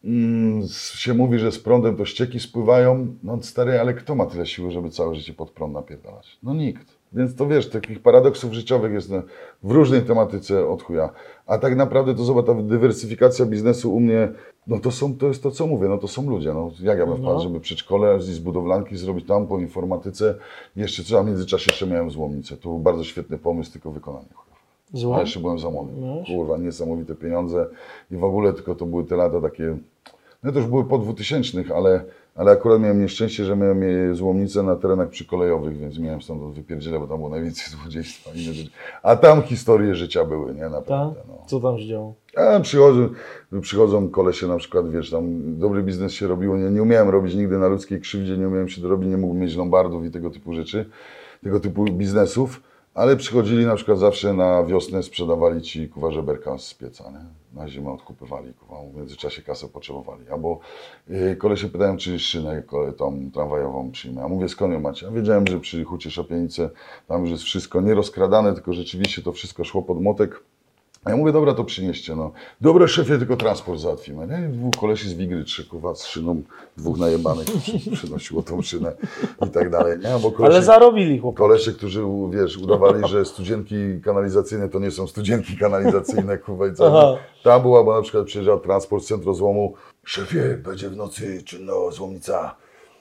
mm, się mówi, że z prądem to ścieki spływają, no stary, ale kto ma tyle siły, żeby całe życie pod prąd napierdalać? No nikt. Więc to wiesz, takich paradoksów życiowych jest no, w różnej tematyce od chuja. A tak naprawdę to zobacz, ta dywersyfikacja biznesu u mnie, no to, są, to jest to, co mówię, no to są ludzie. No, jak ja bym wpadł, No. żeby przedszkole z budowlanki zrobić tam po informatyce, jeszcze trzeba w międzyczasie jeszcze miałem złomnicę. To był bardzo świetny pomysł, tylko wykonanie. Złom? Ale jeszcze byłem za młody. No. Kurwa, niesamowite pieniądze i w ogóle tylko to były te lata takie, no to już były po dwutysięcznych, ale, ale akurat miałem nieszczęście, że miałem je złomnicę na terenach przykolejowych, więc miałem stąd wypierdzielę, bo tam było najwięcej złodziejstwa. Inne rzeczy. A tam historie życia były, nie? Naprawdę. Tak? No. Co tam się działo? A przychodzą, przychodzą kolesie na przykład, wiesz, tam dobry biznes się robiło, nie, nie umiałem robić nigdy na ludzkiej krzywdzie, nie umiałem się dorobić, nie mógłbym mieć lombardów i tego typu rzeczy, tego typu biznesów, ale przychodzili na przykład zawsze na wiosnę, sprzedawali ci kuwa żeberka z pieca, nie? Na zimę odkupywali, kuwa, w międzyczasie kasę potrzebowali. Albo yy, kolesie pytają, czy szynę kole, tą tramwajową przyjmę. A mówię, skąd ją macie? Ja wiedziałem, że przy Hucie Szapienice tam już jest wszystko nie rozkradane, tylko rzeczywiście to wszystko szło pod młotek. A ja mówię, dobra, to przynieście, no. Dobra, szefie, tylko transport załatwimy, nie? I dwóch kolesi z Wigry, trzy, kuwa, z szyną, dwóch najebanych przy, przynosiło tą szynę i tak dalej, nie? Bo kolesie, Ale zarobili chłopaki. kolesie, którzy, wiesz, udawali, że studzienki kanalizacyjne to nie są studzienki kanalizacyjne, kuwa, i co? Aha. Tam była, bo na przykład przyjeżdżał transport z centrozłomu, szefie, będzie w nocy czynno złomnica,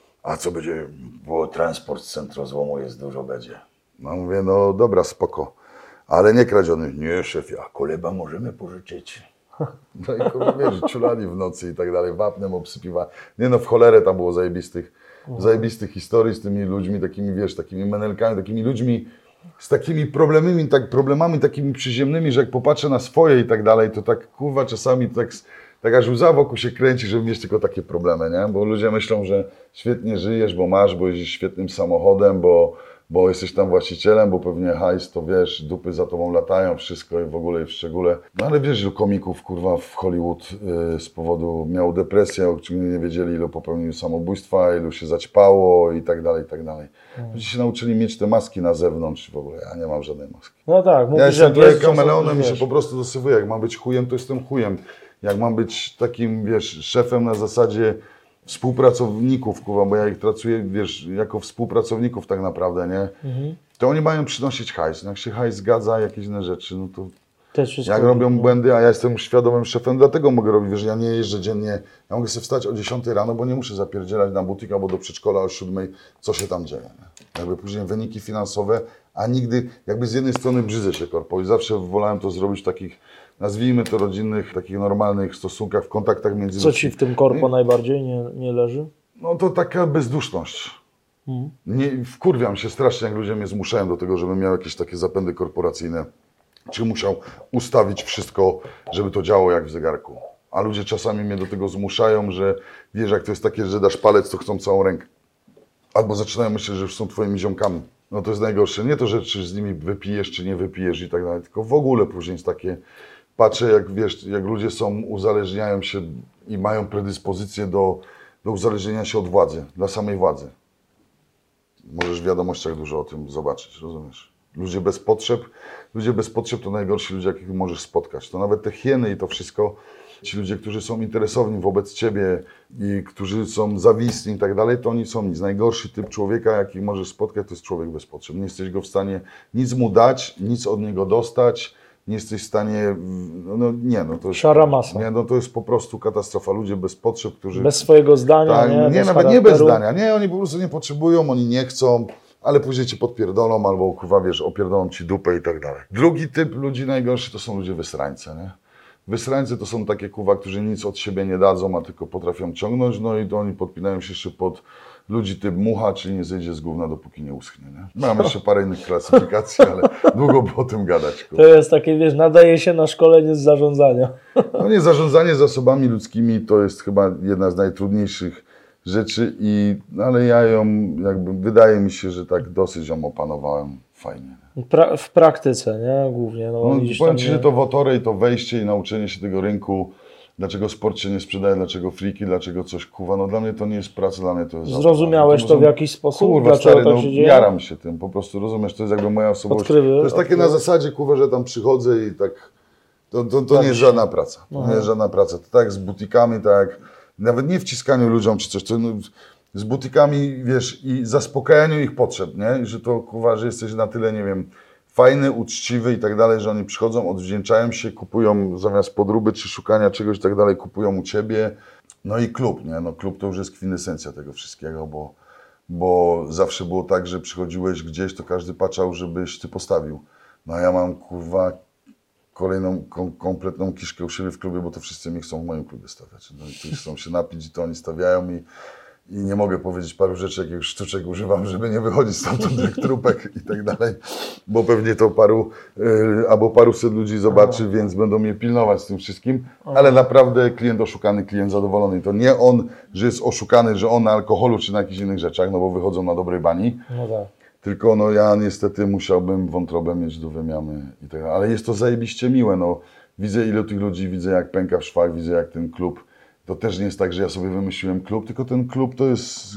a co będzie, bo transport z centrozłomu jest dużo będzie. No mówię, no dobra, spoko. Ale nie kradziony. Nie, szefie, a koleba możemy pożyczyć. No i kurwa, wiesz, ciulali w nocy i tak dalej, wapnem obsypiwa. Nie no, w cholerę tam było zajebistych, zajebistych historii z tymi ludźmi, takimi, wiesz, takimi menelkami, takimi ludźmi z takimi problemami, tak, problemami takimi przyziemnymi, że jak popatrzę na swoje i tak dalej, to tak, kurwa, czasami tak, tak aż łza wokół się kręci, żeby mieć tylko takie problemy, nie? Bo ludzie myślą, że świetnie żyjesz, bo masz, bo jeździsz świetnym samochodem, bo bo jesteś tam właścicielem, bo pewnie hajs, to wiesz, dupy za tobą latają, wszystko i w ogóle i w szczególe. No ale wiesz, ilu komików, kurwa, w Hollywood yy, z powodu miał depresję, o czym nie wiedzieli, ilu popełnił samobójstwa, ilu się zaćpało i tak dalej, i tak dalej. Ludzie się nauczyli mieć te maski na zewnątrz w ogóle, ja nie mam żadnej maski. No tak, mówisz, Ja jestem jak trochę jest, kameleonem i się wiesz. po prostu dosywuję. Jak mam być chujem, to jestem chujem. Jak mam być takim, wiesz, szefem na zasadzie współpracowników, kurwa, bo ja ich pracuję, wiesz, jako współpracowników tak naprawdę, nie? Mhm. To oni mają przynosić hajs. No jak się hajs zgadza, jakieś inne rzeczy, no to Też wszystko jak robią no. błędy, a ja jestem świadomym szefem, dlatego mogę robić, wiesz, ja nie jeżdżę dziennie, ja mogę sobie wstać o dziesiątej rano, bo nie muszę zapierdzielać na butik albo do przedszkola o siódmej, co się tam dzieje, nie? Jakby później wyniki finansowe, a nigdy, jakby z jednej strony brzydzę się korpo i zawsze wolałem to zrobić w takich, nazwijmy to rodzinnych, takich normalnych stosunkach, w kontaktach między Co ci w tym korpo najbardziej nie, nie leży? No to taka bezduszność. Mhm. Nie, wkurwiam się strasznie, jak ludzie mnie zmuszają do tego, żebym miał jakieś takie zapędy korporacyjne, czy musiał ustawić wszystko, żeby to działało jak w zegarku. A ludzie czasami mnie do tego zmuszają, że wiesz, jak to jest takie, że dasz palec, to chcą całą rękę. Albo zaczynają myśleć, że już są twoimi ziomkami. No to jest najgorsze. Nie to, że czy z nimi wypijesz, czy nie wypijesz i tak dalej, tylko w ogóle później jest takie... Patrzę, jak wiesz, jak ludzie są, uzależniają się i mają predyspozycję do, do uzależnienia się od władzy, dla samej władzy. Możesz w wiadomościach dużo o tym zobaczyć, rozumiesz? Ludzie bez potrzeb, ludzie bez potrzeb to najgorsi ludzie, jakich możesz spotkać. To nawet te hieny i to wszystko, ci ludzie, którzy są interesowni wobec ciebie i którzy są zawisni i tak dalej, to oni są nic. Najgorszy typ człowieka, jaki możesz spotkać, to jest człowiek bez potrzeb. Nie jesteś go w stanie nic mu dać, nic od niego dostać, nie jesteś w stanie, no nie, no to jest, Szara masa. nie, no to jest po prostu katastrofa. Ludzie bez potrzeb, którzy... Bez swojego zdania, tak, nie? nie, bez nawet nie bez charakteru. zdania, nie, oni po prostu nie potrzebują, oni nie chcą, ale później cię podpierdolą albo kurwa, wiesz, opierdolą ci dupę i tak dalej. Drugi typ ludzi najgorszy to są ludzie wysrańce, nie? Wysrańcy to są takie kurwa, którzy nic od siebie nie dadzą, a tylko potrafią ciągnąć, no i to oni podpinają się jeszcze pod ludzi typ mucha, czyli nie zejdzie z gówna, dopóki nie uschnie, nie? Mam jeszcze parę innych klasyfikacji, ale długo by o tym gadać. Kurwa. To jest takie, wiesz, nadaje się na szkolenie z zarządzania. No nie, zarządzanie zasobami ludzkimi to jest chyba jedna z najtrudniejszych rzeczy, i, no ale ja ją jakby, wydaje mi się, że tak dosyć ją opanowałem fajnie. Pra w praktyce, nie? Głównie. No, No, widzisz, powiem tam Ci, nie... że to wotory i to wejście i nauczenie się tego rynku dlaczego sport się nie sprzedaje, dlaczego friki, dlaczego coś, kurwa, no dla mnie to nie jest praca, dla mnie to jest... Zrozumiałeś to, to w jakiś sposób? Kurwa, dlaczego stary, tak no się dzieje? jaram się tym, po prostu, rozumiesz, to jest jakby moja osobowość. Odkrywy, to jest takie odkrywy. na zasadzie, kurwa, że tam przychodzę i tak, to, to, to tak nie jest się... żadna praca, to Aha. nie jest żadna praca, to tak jak z butikami, tak jak, nawet nie wciskaniu ludziom czy coś, to no, z butikami, wiesz, i zaspokajaniu ich potrzeb, nie, I że to, kurwa, że jesteś na tyle, nie wiem, fajny, uczciwy i tak dalej, że oni przychodzą, odwdzięczają się, kupują zamiast podróby czy szukania czegoś i tak dalej, kupują u Ciebie. No i klub, nie? No klub to już jest kwintesencja tego wszystkiego, bo, bo zawsze było tak, że przychodziłeś gdzieś, to każdy patrzał, żebyś Ty postawił. No a ja mam, kurwa, kolejną, kom, kompletną kiszkę u siebie w klubie, bo to wszyscy mi chcą w moim klubie stawiać. No i tu chcą się napić i to oni stawiają i I nie mogę powiedzieć paru rzeczy, jakich sztuczek używam, żeby nie wychodzić stamtąd jak trupek i tak dalej, bo pewnie to paru yy, albo paruset ludzi zobaczy, Aha. więc będą mnie pilnować z tym wszystkim, ale naprawdę klient oszukany, klient zadowolony. I to nie on, że jest oszukany, że on na alkoholu czy na jakichś innych rzeczach, no bo wychodzą na dobrej bani, no tak. tylko no ja niestety musiałbym wątrobę mieć do wymiany i tak dalej. Ale jest to zajebiście miłe, no widzę ile tych ludzi, widzę jak pęka w szwach, widzę jak ten klub. To też nie jest tak, że ja sobie wymyśliłem klub, tylko ten klub to jest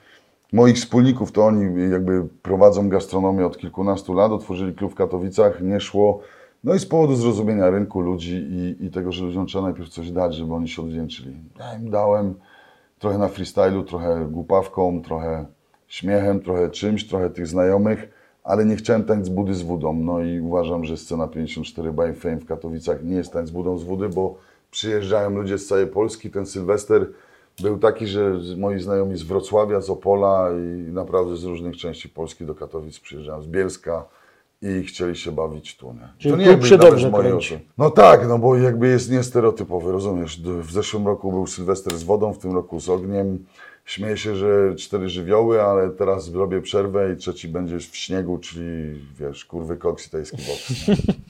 moich wspólników, to oni jakby prowadzą gastronomię od kilkunastu lat, otworzyli klub w Katowicach, nie szło. No i z powodu zrozumienia rynku ludzi i, i tego, że ludziom trzeba najpierw coś dać, żeby oni się odwdzięczyli. Ja im dałem trochę na freestylu, trochę głupawką, trochę śmiechem, trochę czymś, trochę tych znajomych, ale nie chciałem tańc z budy z wodą. No i uważam, że scena pięćdziesiąt cztery by Fame w Katowicach nie jest tańc z budą z wody, bo przyjeżdżają ludzie z całej Polski. Ten Sylwester był taki, że moi znajomi z Wrocławia, z Opola i naprawdę z różnych części Polski do Katowic przyjeżdżają, z Bielska i chcieli się bawić tu. Nie? Czyli to nie klub się nawet dobrze z mojej kręci. osoby. No tak, no bo jakby jest niestereotypowy, rozumiesz? W zeszłym roku był Sylwester z wodą, w tym roku z ogniem. Śmieję się, że cztery żywioły, ale teraz zrobię przerwę i trzeci będzie w śniegu, czyli wiesz, kurwy koks i tajski boks.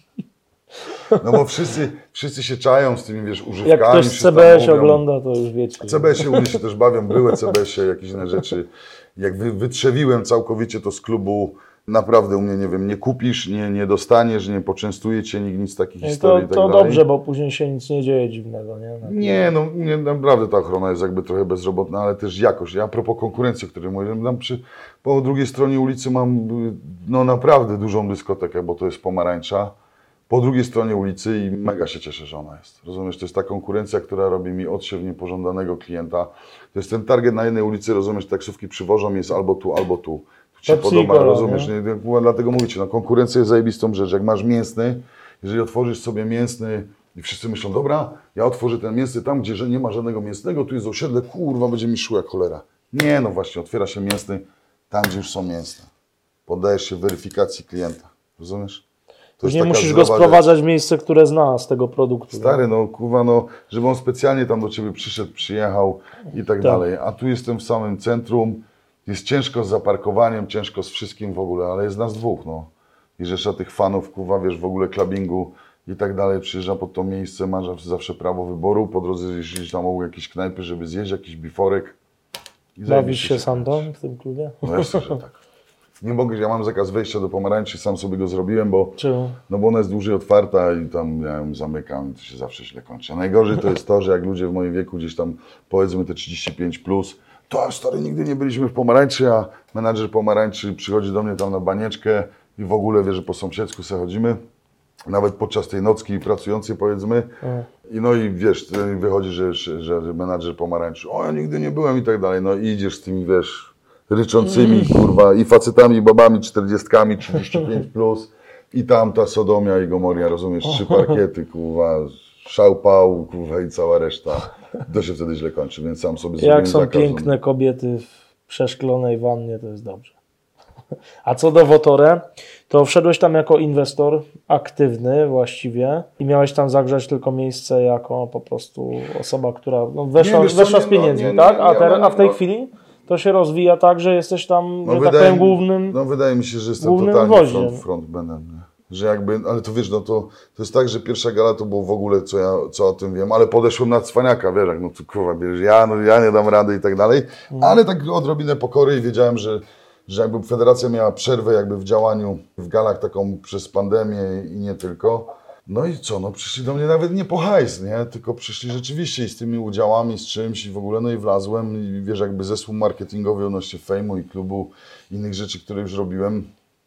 No bo wszyscy, wszyscy się czają z tymi, wiesz, używkami. Jak ktoś z C B S ogląda, to już wiecie. C B S u mnie się też bawią, były C B S, jakieś inne rzeczy. Jak wy, wytrzewiłem całkowicie to z klubu, naprawdę u mnie, nie wiem, nie kupisz, nie, nie dostaniesz, nie poczęstuje cię nikt, nic takich historii. To, to tak dalej. dobrze, bo później się nic nie dzieje dziwnego, nie? Nie, no nie, naprawdę ta ochrona jest jakby trochę bezrobotna, ale też jakość. Ja a propos konkurencji, o której mówiłem, tam przy, po drugiej stronie ulicy mam no naprawdę dużą dyskotekę, bo to jest Pomarańcza. Po drugiej stronie ulicy i mega się cieszę, że ona jest. Rozumiesz, to jest ta konkurencja, która robi mi odsiew niepożądanego klienta. To jest ten target na jednej ulicy, rozumiesz, taksówki przywożą, jest albo tu, albo tu. Tu ci Pepsi podoba, Cola, rozumiesz, nie? Nie, dlatego mówicie, no konkurencja jest zajebistą rzecz. Jak masz mięsny, jeżeli otworzysz sobie mięsny i wszyscy myślą, dobra, ja otworzę ten mięsny tam, gdzie że nie ma żadnego mięsnego, tu jest osiedle, kurwa, będzie mi szło jak cholera. Nie, no właśnie, otwiera się mięsny tam, gdzie już są mięsne. Poddajesz się weryfikacji klienta, rozumiesz? To nie musisz go sprowadzać rzecz. w miejsce, które zna z tego produktu. Stary, no kurwa, no, żeby on specjalnie tam do Ciebie przyszedł, przyjechał i tak, tak dalej. A tu jestem w samym centrum, jest ciężko z zaparkowaniem, ciężko z wszystkim w ogóle, ale jest nas dwóch, no. I rzesza tych fanów, kurwa, wiesz, w ogóle clubbingu i tak dalej, przyjeżdża pod to miejsce, masz zawsze prawo wyboru, po drodze jeździć tam mogą jakieś knajpy, żeby zjeść jakiś biforek. Bawisz się sam tam w tym klubie? No jasne, że tak. Nie mogę, ja mam zakaz wejścia do Pomarańczy, sam sobie go zrobiłem, bo, no bo ona jest dłużej otwarta i tam ja ją zamykam i to się zawsze źle kończy. A najgorzej to jest to, że jak ludzie w moim wieku gdzieś tam, powiedzmy te trzydzieści pięć plus, to stary, nigdy nie byliśmy w Pomarańczy, a menadżer Pomarańczy przychodzi do mnie tam na banieczkę i w ogóle wie, że po sąsiedzku sobie chodzimy, nawet podczas tej nocki pracującej powiedzmy. Mm. I no i wiesz, wychodzi, że, że, że menadżer Pomarańczy, o ja nigdy nie byłem i tak dalej, no i idziesz z tymi, wiesz, ryczącymi, kurwa, i facetami, i babami, czterdziestkami, trzydzieści pięć plus, i tam ta Sodomia i Gomoria, rozumiesz, trzy parkiety, kurwa, szałpał, kurwa, i cała reszta. To się wtedy źle kończy, więc sam sobie zrobiłem Jak są zakaz. piękne kobiety w przeszklonej wannie, to jest dobrze. A co do Wotore, to wszedłeś tam jako inwestor aktywny właściwie i miałeś tam zagrzać tylko miejsce jako po prostu osoba, która no, weszła, nie, weszła nie, z pieniędzmi, no, nie, tak? nie, A, nie, ter, no, a w tej no, chwili to się rozwija tak, że jesteś tam, no że wydaje, tak powiem, głównym No wydaje mi się, że jestem głównym totalnie gwoździem. front, frontmanem. Nie? Że jakby, ale to wiesz, no to, to jest tak, że pierwsza gala to było w ogóle, co ja co o tym wiem, ale podeszłem na cwaniaka, wiesz, jak no to kurwa, wiesz, ja, no, ja nie dam rady i tak dalej, mm. ale tak odrobinę pokory i wiedziałem, że, że jakby federacja miała przerwę jakby w działaniu w galach taką przez pandemię i nie tylko, No i co, no przyszli do mnie nawet nie po hajs, nie? Tylko przyszli rzeczywiście i z tymi udziałami, z czymś i w ogóle, no i wlazłem i wiesz, jakby zespół marketingowy odnośnie fejmu i klubu, innych rzeczy, które już robiłem.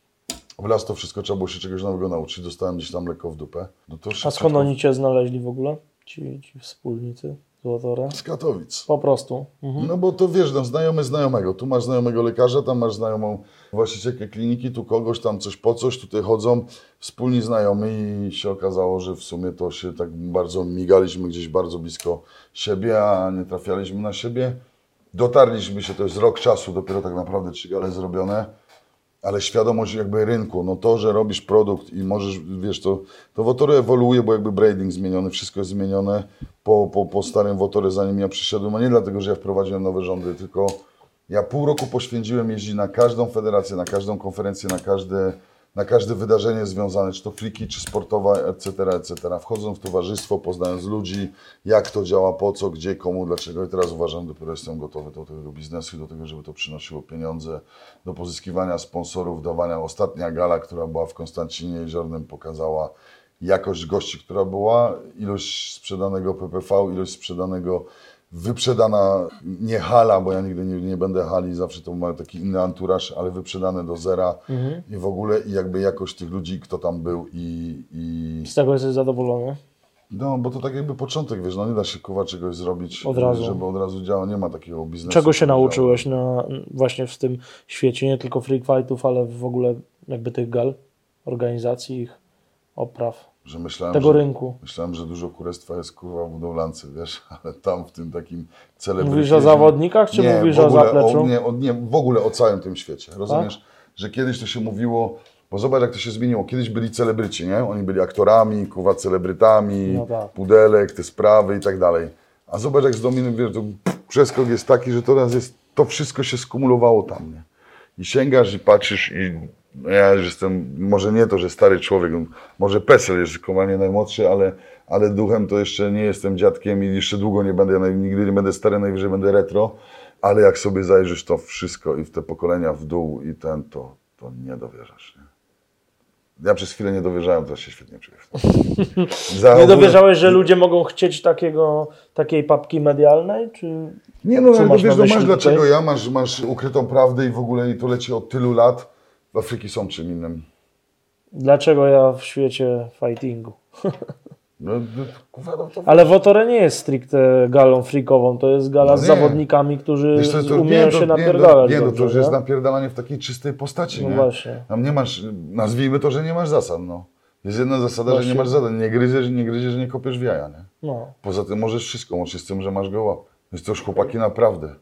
Wlazł to wszystko, trzeba było się czegoś nowego nauczyć, dostałem gdzieś tam lekko w dupę. No to A szybciutko- skąd oni Cię znaleźli w ogóle? Ci, ci wspólnicy Złotora? Z Katowic. Po prostu. Mhm. No bo to wiesz, no, znajomy znajomego. Tu masz znajomego lekarza, tam masz znajomą właścicielkę kliniki, tu kogoś, tam coś po coś, tutaj chodzą wspólni znajomi i się okazało, że w sumie to się tak bardzo migaliśmy gdzieś bardzo blisko siebie, a nie trafialiśmy na siebie. Dotarliśmy się, to jest rok czasu, dopiero tak naprawdę trzy gale zrobione. Ale świadomość jakby rynku, no to, że robisz produkt i możesz, wiesz, to, to Wotory ewoluuje, bo jakby branding zmieniony, wszystko jest zmienione po, po, po starym Wotory, zanim ja przyszedłem, a nie dlatego, że ja wprowadziłem nowe rządy, tylko ja pół roku poświęciłem jeździć na każdą federację, na każdą konferencję, na każde, na każde wydarzenie związane, czy to friki, czy sportowe, et cetera, et cetera. Wchodząc w towarzystwo, poznając ludzi, jak to działa, po co, gdzie, komu, dlaczego. I teraz uważam, dopiero jestem gotowy do tego biznesu i do tego, żeby to przynosiło pieniądze, do pozyskiwania sponsorów, dawania. Ostatnia gala, która była w Konstancinie Jeziornym, pokazała jakość gości, która była, ilość sprzedanego P P V, ilość sprzedanego, wyprzedana, nie hala, bo ja nigdy nie, nie będę hali, zawsze to ma taki inny anturaż, ale wyprzedane do zera Mhm. i w ogóle i jakby jakość tych ludzi, kto tam był i, i... Z tego jesteś zadowolony? No, bo to tak jakby początek, wiesz, no nie da się kurwa czegoś zrobić, Od razu. żeby od razu działał, nie ma takiego biznesu. Czego się który nauczyłeś na, właśnie w tym świecie, nie tylko freak fightów, ale w ogóle jakby tych gal, organizacji ich, opraw, działa? Że myślałem, tego że, rynku? myślałem, że dużo kurestwa jest kurwa w budowlance, wiesz, ale tam w tym takim celebrytizmie... Mówisz o zawodnikach, czy nie, mówisz w ogóle, o zapleczu? O, nie, o, nie, w ogóle o całym tym świecie, rozumiesz? Że kiedyś to się mówiło, bo zobacz jak to się zmieniło, kiedyś byli celebryci, nie? Oni byli aktorami, kurwa celebrytami, No tak. pudelek, te sprawy i tak dalej. A zobacz jak z Dominem, wiesz, to przeskok jest taki, że teraz jest, to wszystko się skumulowało tam, nie? I sięgasz i patrzysz i no ja już jestem, może nie to, że stary człowiek, może PESEL jest kochanie najmłodszy, ale, ale duchem to jeszcze nie jestem dziadkiem i jeszcze długo nie będę, ja nigdy nie będę stary, najwyżej będę retro, ale jak sobie zajrzysz to wszystko i w te pokolenia w dół i ten, to, to nie dowierzasz, nie? Ja przez chwilę nie dowierzałem, teraz się świetnie czuję. Za Nie ogóle- dowierzałeś, że ludzie mogą chcieć takiego, takiej papki medialnej? Czy... Nie no, Co no masz wiesz, na no myśli masz tutaj? dlaczego ja, masz, masz ukrytą prawdę i w ogóle i to leci od tylu lat. W Afryki są czym innym. Dlaczego ja w świecie fightingu? No, no, kurwa, no to... Ale Wotore nie jest stricte galą freakową, to jest gala No z nie. zawodnikami, którzy Wiesz, to, to, umieją nie, się to, napierdalać. Nie, no, nie, no dobrze, to już jest nie? napierdalanie w takiej czystej postaci, No nie? właśnie. Tam nie masz, nazwijmy to, że nie masz zasad, no. Jest jedna zasada, że Właśnie. nie masz zadań, nie gryziesz, nie gryziesz, nie kopiesz w jaja, nie? No. Poza tym możesz wszystko, łącznie z tym, że masz go łap. Jest to już chłopaki naprawdę.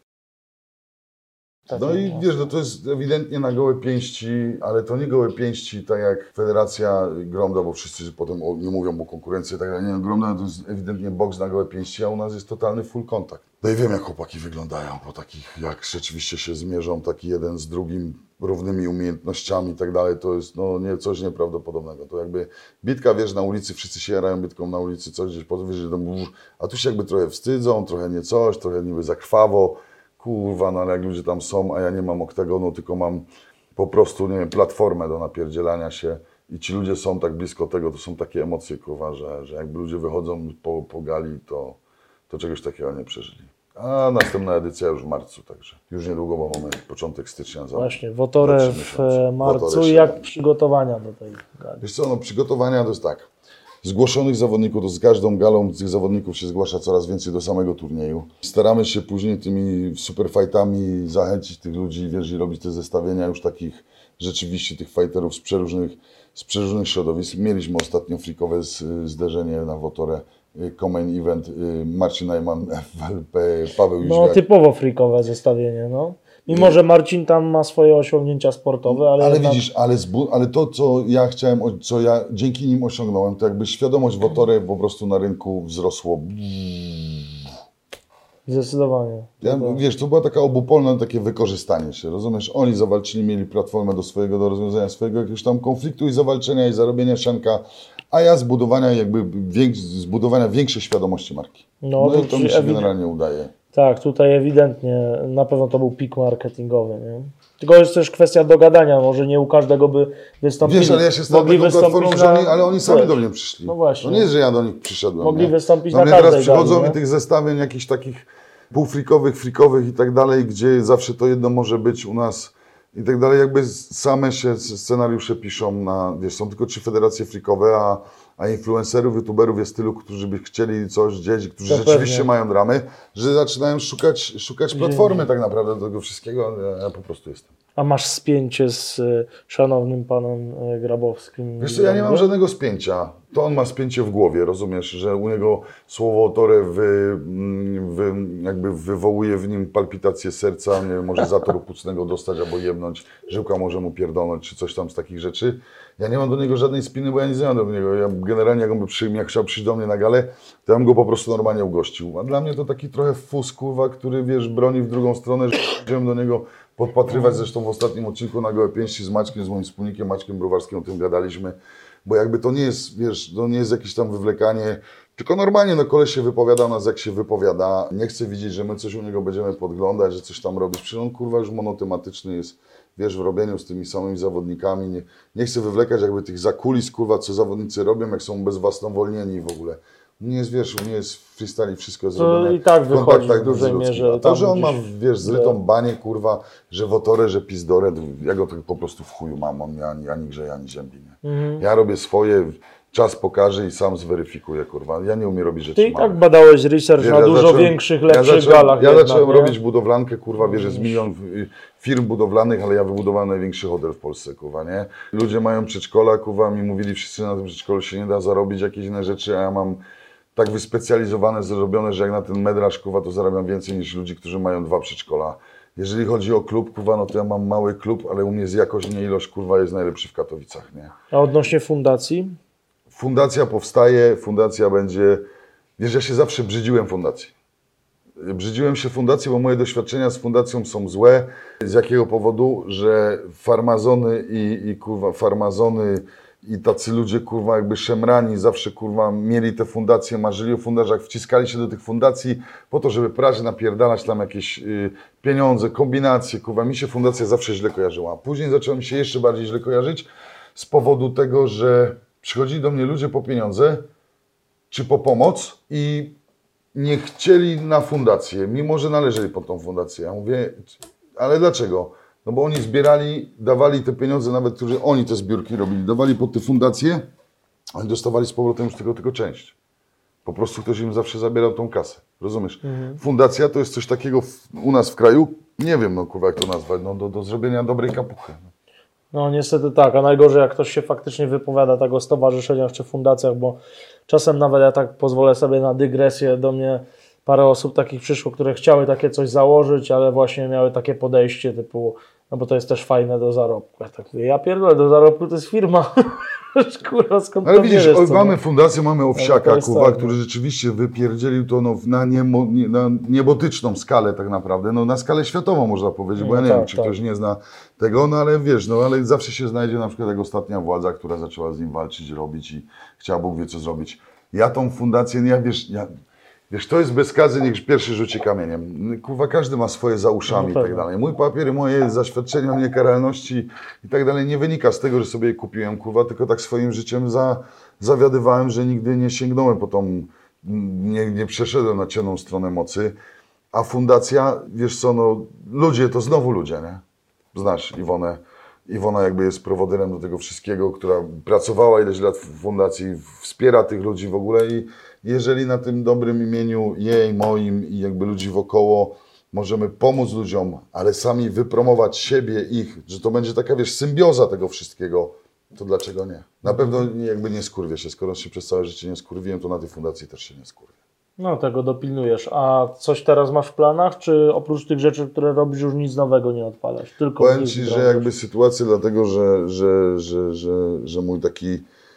Tak, No i wiesz, no to jest ewidentnie na gołe pięści, ale to nie gołe pięści, tak jak Federacja Gromda, bo wszyscy potem o, nie mówią, bo konkurencja i tak dalej. Nie, no, Gromda to jest ewidentnie boks na gołe pięści, a u nas jest totalny full kontakt. No i wiem, jak chłopaki wyglądają po takich, jak rzeczywiście się zmierzą taki jeden z drugim równymi umiejętnościami i tak dalej, to jest no nie, coś nieprawdopodobnego. To jakby bitka, wiesz, na ulicy, wszyscy się jarają bitką na ulicy, coś gdzieś powyżej, a tu się jakby trochę wstydzą, trochę nie coś, trochę niby za krwawo. Kurwa, no ale jak ludzie tam są, a ja nie mam oktagonu, tylko mam po prostu, nie wiem, platformę do napierdzielania się i ci ludzie są tak blisko tego, to są takie emocje, kurwa, że, że jakby ludzie wychodzą po, po gali, to, to czegoś takiego nie przeżyli. A następna edycja już w marcu, także już niedługo, bo mamy początek stycznia. Za, Właśnie, Wotore za trzy w miesiące. e, marcu. Wotore I się- jak przygotowania do tej gali? Wiesz co, no przygotowania to jest tak. Zgłoszonych zawodników, to z każdą galą tych zawodników się zgłasza coraz więcej do samego turnieju. Staramy się później tymi superfightami zachęcić tych ludzi, wiesz, i robić te zestawienia już takich rzeczywiście tych fighterów z przeróżnych, z przeróżnych środowisk. Mieliśmy ostatnio freakowe z, zderzenie na Wotore, co-main event, y, Marcin Najman, Paweł No Jóźwiak. typowo freakowe zestawienie, no. Mimo, że Marcin tam ma swoje osiągnięcia sportowe, ale... Ale jednak- widzisz, ale, zbu- ale to, co ja chciałem, o- co ja dzięki nim osiągnąłem, to jakby świadomość Wotory po prostu na rynku wzrosło. Zdecydowanie. Ja, To- wiesz, to była taka obopólne takie wykorzystanie się, rozumiesz? Oni zawalczyli, mieli platformę do swojego, do rozwiązania swojego jakiegoś tam konfliktu i zawalczenia i zarobienia sianka, a ja zbudowania jakby więk- zbudowania większej świadomości marki. No, No, to i to mi czyli się ewid- generalnie udaje. Tak, tutaj ewidentnie na pewno to był pik marketingowy, nie? Tylko jest też kwestia dogadania, może nie u każdego by wystąpili. Wiesz, ale ja się stałem Mogli taką platformą, wystąpić że oni, na- ale oni sami wiesz, do mnie przyszli. No właśnie. To nie jest, że ja do nich przyszedłem. Mogli nie? wystąpić no na mnie teraz każdej przychodzą gali, mi nie? tych zestawień jakichś takich półfrikowych, frikowych i tak dalej, gdzie zawsze to jedno może być u nas i tak dalej. Jakby same się scenariusze piszą na, wiesz, są tylko trzy federacje frikowe, a, a influencerów, youtuberów jest tylu, którzy by chcieli coś dzieć, którzy To rzeczywiście pewnie. mają dramy, że zaczynają szukać, szukać platformy tak naprawdę do tego wszystkiego, ja, ja po prostu jestem. A masz spięcie z y, szanownym panem y, Grabowskim? Wiesz co, ja nie mam żadnego spięcia. To on ma spięcie w głowie, rozumiesz, że u niego słowo autorę wy, wy, jakby wywołuje w nim palpitację serca, nie wiem, może zatoru płucnego dostać albo jebnąć, żyłka może mu pierdolnąć, czy coś tam z takich rzeczy. Ja nie mam do niego żadnej spiny, bo ja nic nie mam do niego. Ja generalnie jak on by przy, jak chciał przyjść do mnie na galę, to ja bym go po prostu normalnie ugościł. A dla mnie to taki trochę fus, kurwa, który, wiesz, broni w drugą stronę, że będziemy do niego podpatrywać. Zresztą w ostatnim odcinku na Gołe Pięści z Maćkiem, z moim wspólnikiem Maćkiem Bruwarskim o tym gadaliśmy, bo jakby to nie jest, wiesz, to nie jest jakieś tam wywlekanie, tylko normalnie, no koleś się wypowiada nas jak się wypowiada. Nie chcę widzieć, że my coś u niego będziemy podglądać, że coś tam robić. Przecież on, kurwa, już monotematyczny jest, wiesz, w robieniu z tymi samymi zawodnikami. Nie, nie chcę wywlekać jakby tych zakulis, kurwa, co zawodnicy robią, jak są bezwłasnowolnieni w ogóle. Nie jest, wiesz, u mnie jest w freestyle, wszystko jest To zrobione i tak w wychodzi kontaktach w dużej międzyludzkich. mierze A to, tam że on ma, gdzieś- wiesz, zrytą banię, kurwa, że wotorę, że pizdoret, ja go to po prostu w chuju mam, on mnie ani, ani grzeje, ani ziębi, nie? Mhm. Ja robię swoje, czas pokaże i sam zweryfikuję, kurwa. Ja nie umiem robić rzeczy Ty i małych. tak badałeś research Wiesz, na ja dużo zacząłem- większych, ja lepszych zacząłem, galach. Ja jednak, zacząłem nie? robić budowlankę, kurwa, wiesz, jest milion y, firm budowlanych, ale ja wybudowałem największy hotel w Polsce, kurwa, nie? Ludzie mają przedszkola, kurwa, mi mówili wszyscy na tym przedszkolu się nie da zarobić, jakieś inne rzeczy, a ja mam tak wyspecjalizowane, zrobione, że jak na ten medraż, kurwa, to zarabiam więcej niż ludzi, którzy mają dwa przedszkola. Jeżeli chodzi o klub, kurwa, no to ja mam mały klub, ale u mnie z jakość, nie ilość, kurwa, jest najlepszy w Katowicach, nie? A odnośnie fundacji? Fundacja powstaje, fundacja będzie... Wiesz, ja się zawsze brzydziłem fundacji. Brzydziłem się fundacji, bo moje doświadczenia z fundacją są złe. Z jakiego powodu? Że farmazony i, i kurwa, farmazony i tacy ludzie, kurwa, jakby szemrani zawsze, kurwa, mieli te fundacje, marzyli o fundażach, wciskali się do tych fundacji po to, żeby praży napierdalać tam jakieś y, pieniądze, kombinacje, kurwa. Mi się fundacja zawsze źle kojarzyła. Później zaczęła mi się jeszcze bardziej źle kojarzyć z powodu tego, że przychodzili do mnie ludzie po pieniądze czy po pomoc i nie chcieli na fundację, mimo że należeli pod tą fundację. Ja mówię, ale dlaczego? No bo oni zbierali, dawali te pieniądze, nawet którzy oni te zbiórki robili, dawali pod te fundacje, oni dostawali z powrotem już tylko, tylko część. Po prostu ktoś im zawsze zabierał tą kasę. Rozumiesz? Mhm. Fundacja to jest coś takiego w, u nas w kraju, nie wiem, no kurwa, jak to nazwać, no do, do zrobienia dobrej kapuchy. No niestety tak, a najgorzej jak ktoś się faktycznie wypowiada tak o stowarzyszeniach czy fundacjach, bo czasem nawet ja tak pozwolę sobie na dygresję, do mnie parę osób takich przyszło, które chciały takie coś założyć, ale właśnie miały takie podejście typu, no bo to jest też fajne do zarobku. Ja tak mówię, ja pierdolę, do zarobku to jest firma. Kurwa, skąd Ale to widzisz, bierzesz, o, co mamy nie? fundację, mamy Owsiaka, jest kurwa, tak, który no. rzeczywiście wypierdzielił to no, na, niemo, nie, na niebotyczną skalę tak naprawdę, no na skalę światową można powiedzieć, bo ja No nie tak, wiem, czy tak. ktoś nie zna tego, no ale wiesz, no ale zawsze się znajdzie na przykład jak ostatnia władza, która zaczęła z nim walczyć, robić i chciała Bóg wie co zrobić. Ja tą fundację, ja wiesz, ja, wiesz, to jest bez skazy, niech pierwszy rzuci kamieniem. Kurwa, każdy ma swoje za uszami No i tak pewnie. dalej. Mój papier, moje zaświadczenie o niekaralności i tak dalej nie wynika z tego, że sobie je kupiłem, kurwa, tylko tak swoim życiem za, zawiadywałem, że nigdy nie sięgnąłem po tą, nie, nie przeszedłem na ciemną stronę mocy. A fundacja, wiesz co, no ludzie, to znowu ludzie, nie? Znasz Iwonę. Iwona jakby jest prowodyrem do tego wszystkiego, która pracowała ileś lat w fundacji, wspiera tych ludzi w ogóle i jeżeli na tym dobrym imieniu jej, moim i jakby ludzi wokoło możemy pomóc ludziom, ale sami wypromować siebie, ich, że to będzie taka, wiesz, symbioza tego wszystkiego, to dlaczego nie? Na pewno jakby nie skurwię się, skoro się przez całe życie nie skurwiłem, to na tej fundacji też się nie skurwię. No tego dopilnujesz. A coś teraz masz w planach, czy oprócz tych rzeczy, które robisz, już nic nowego nie odpalasz? Tylko Powiem nic Ci, że wdrożysz? jakby sytuacja, dlatego że, że, że, że, że mój taki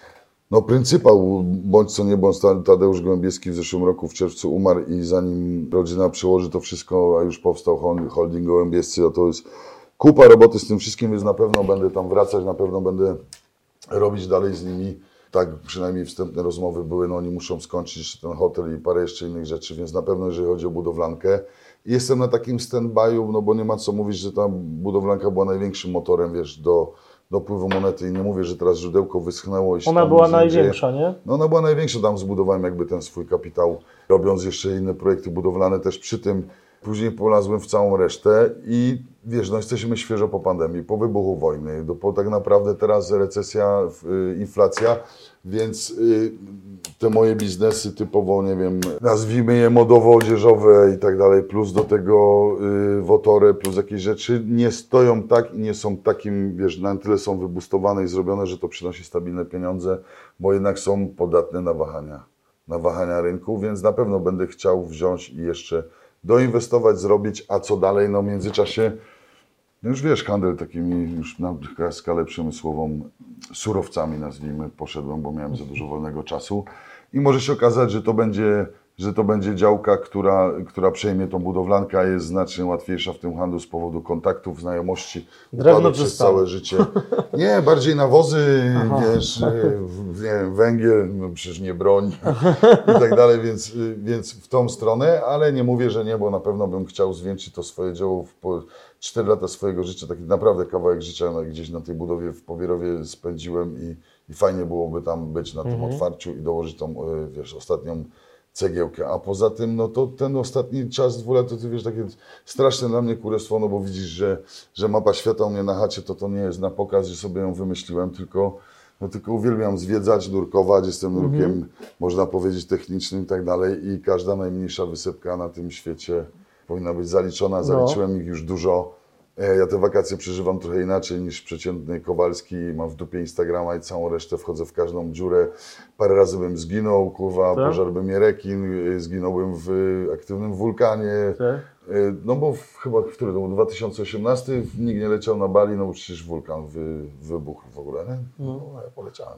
no pryncypał, bądź co nie bądź Tadeusz Gołębieski w zeszłym roku w czerwcu umarł i zanim rodzina przełoży to wszystko, a już powstał holding Gołębiescy, a to jest kupa roboty z tym wszystkim, więc na pewno będę tam wracać, na pewno będę robić dalej z nimi. tak przynajmniej wstępne rozmowy były, no oni muszą skończyć jeszcze ten hotel i parę jeszcze innych rzeczy, więc na pewno jeżeli chodzi o budowlankę, jestem na takim stand-by'u, no bo nie ma co mówić, że ta budowlanka była największym motorem, wiesz, do dopływu monety i nie mówię, że teraz źródełko wyschnęło i się Ona tam była nic nie największa, dzieje. nie? No ona była największa, tam zbudowałem jakby ten swój kapitał, robiąc jeszcze inne projekty budowlane też przy tym. Później polazłem w całą resztę i wiesz, no jesteśmy świeżo po pandemii, po wybuchu wojny, do, po tak naprawdę teraz recesja, y, inflacja, więc y, te moje biznesy typowo, nie wiem, nazwijmy je modowo-odzieżowe i tak dalej, plus do tego y, wotore, plus jakieś rzeczy, nie stoją tak i nie są takim, wiesz, na tyle są wybustowane i zrobione, że to przynosi stabilne pieniądze, bo jednak są podatne na wahania, na wahania rynku, więc na pewno będę chciał wziąć i jeszcze doinwestować, zrobić, a co dalej, no w międzyczasie, no już wiesz, handel takimi już na skalę przemysłową, surowcami nazwijmy, poszedłem, bo miałem za dużo wolnego czasu i może się okazać, że to będzie, że to będzie działka, która, która przejmie tą budowlankę, a jest znacznie łatwiejsza w tym handlu z powodu kontaktów, znajomości, Drewno przez czy stal? całe życie. Nie, bardziej nawozy, Aha. wiesz, nie wiem, węgiel, no przecież nie broń i tak dalej, więc, więc w tą stronę, ale nie mówię, że nie, bo na pewno bym chciał zwiększyć to swoje dzieło w po cztery lata swojego życia, taki naprawdę kawałek życia no, gdzieś na tej budowie w Powierowie spędziłem i, i fajnie byłoby tam być na tym Mhm. otwarciu i dołożyć tą, wiesz, ostatnią cegiełkę, a poza tym, no to ten ostatni czas, dwu lat, to ty wiesz, takie straszne dla mnie kurestwo, no bo widzisz, że, że mapa świata u mnie na chacie, to to nie jest na pokaz, że sobie ją wymyśliłem, tylko, no tylko uwielbiam zwiedzać, nurkować, jestem nurkiem, Mhm. można powiedzieć, technicznym i tak dalej i każda najmniejsza wysepka na tym świecie powinna być zaliczona, zaliczyłem ich już dużo. E, Ja te wakacje przeżywam trochę inaczej niż przeciętny Kowalski, mam w dupie Instagrama i całą resztę, wchodzę w każdą dziurę. Parę razy bym zginął, kurwa, Tak? pożarłby mnie rekin, y, zginąłbym w aktywnym wulkanie. Tak. Y, No bo w, chyba, w który to był dwa tysiące osiemnasty, nikt nie leciał na Bali, no bo przecież wulkan wy, wybuchł w ogóle, nie? No, ja poleciałem.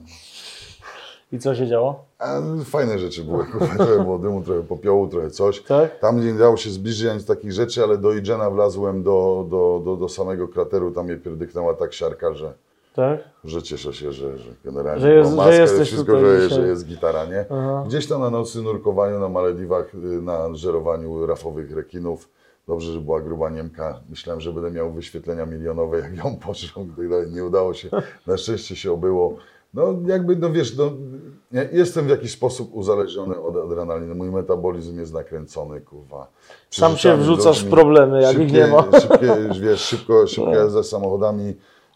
I co się działo? A fajne rzeczy były, kurwa, trochę było dymu, trochę popiołu, trochę coś. Tak? Tam nie dało się zbliżyć ani z takich rzeczy, ale do Igena wlazłem do, do, do, do samego krateru, tam mnie pierdyknęła tak siarka, że, Tak? że cieszę się, że, że generalnie Że jest- mam że maskę, jesteś wszystko, tutaj że, dzisiaj. że jest gitara, nie? Aha. Gdzieś tam na nocy nurkowaniu na Malediwach, y, na żerowaniu rafowych rekinów. Dobrze, że była gruba Niemka. Myślałem, że będę miał wyświetlenia milionowe, jak ją poszło i tak dalej. Nie udało się. Na szczęście się obyło. No jakby, no wiesz, no, ja jestem w jakiś sposób uzależniony od adrenaliny. Mój metabolizm jest nakręcony, kurwa. Sam się Przeżyciami wrzucasz w ludźmi, problemy, jak ich szybkie, nie ma. Szybkie, wiesz, szybko, szybko No. jazda samochodami.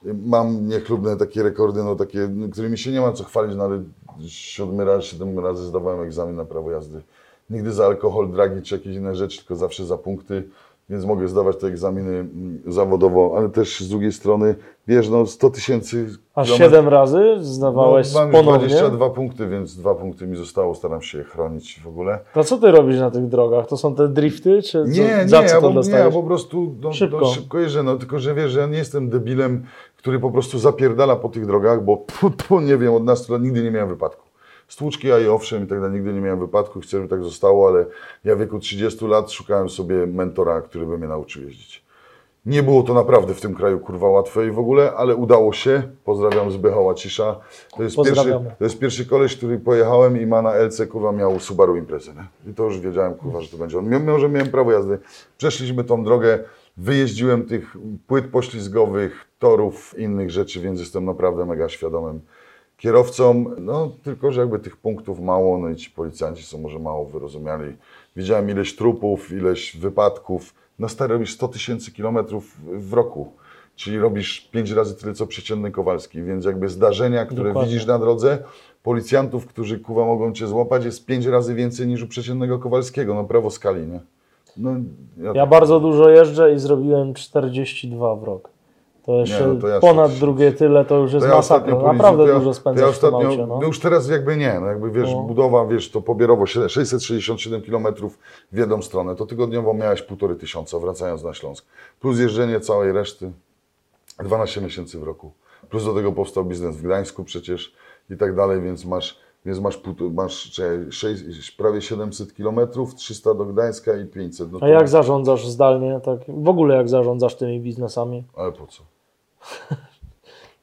Mam niechlubne takie rekordy, no takie, którymi się nie ma co chwalić, no ale siódmy raz, siedem razy zdawałem egzamin na prawo jazdy. Nigdy za alkohol, dragi czy jakieś inne rzeczy, tylko zawsze za punkty. Więc mogę zdawać te egzaminy mm, zawodowo, ale też z drugiej strony, wiesz, no sto tysięcy Aż siedem razy zdawałeś no, mam już ponownie? dwadzieścia dwa punkty, więc dwa punkty mi zostało, staram się je chronić w ogóle. To co ty robisz na tych drogach? To są te drifty? Czy co, Nie, za nie, co ja, to po, nie, ja dostajesz? po prostu no, Szybko. No, szybko jeżdżę, no, tylko że wiesz, że ja nie jestem debilem, który po prostu zapierdala po tych drogach, bo tu, tu, nie wiem, od nastu lat nigdy nie miałem wypadku. Stłuczki, a i owszem i tak dalej, nigdy nie miałem wypadku, chcę, żeby tak zostało, ale ja w wieku trzydziestu lat szukałem sobie mentora, który by mnie nauczył jeździć. Nie było to naprawdę w tym kraju kurwa łatwe i w ogóle, ale udało się. Pozdrawiam Zbycha Łacisza. To jest, pierwszy, Pozdrawiamy. to jest pierwszy koleś, który pojechałem i ma na L C kurwa miał Subaru Imprezę. Nie? I to już wiedziałem kurwa, że to będzie on. Mimo, że miałem prawo jazdy. Przeszliśmy tą drogę, wyjeździłem tych płyt poślizgowych, torów, innych rzeczy, więc jestem naprawdę mega świadomym kierowcą. No tylko, że jakby tych punktów mało, no i ci policjanci są może mało wyrozumiali. Widziałem ileś trupów, ileś wypadków. Na stary robisz sto tysięcy kilometrów w roku, czyli robisz pięć razy tyle, co przeciętny Kowalski, więc jakby zdarzenia, które Dokładnie. widzisz na drodze, policjantów, którzy kuwa mogą cię złapać, jest pięć razy więcej niż u przeciętnego Kowalskiego, no prawo skali, nie? No, ja Ja tak- bardzo dużo jeżdżę i zrobiłem czterdzieści dwa w rok. To jeszcze no to ja ponad sto tysięcy. drugie tyle, to już jest To ja masakra. ostatnio policzyłem, Naprawdę to ja, dużo to spędzasz ja w tym ostatnio, aucie. No. no już teraz jakby nie, no jakby wiesz, No. budowa, wiesz, to pobierowo sześćset sześćdziesiąt siedem kilometrów w jedną stronę, to tygodniowo miałeś półtorej tysiąca wracając na Śląsk. Plus jeżdżenie całej reszty, dwanaście miesięcy w roku. Plus do tego powstał biznes w Gdańsku przecież i tak dalej, więc masz, więc masz, półtor- masz czekaj, sześć, prawie siedemset kilometrów, trzysta do Gdańska i pięćset. No to, A jak zarządzasz zdalnie? Tak, w ogóle jak zarządzasz tymi biznesami? Ale po co?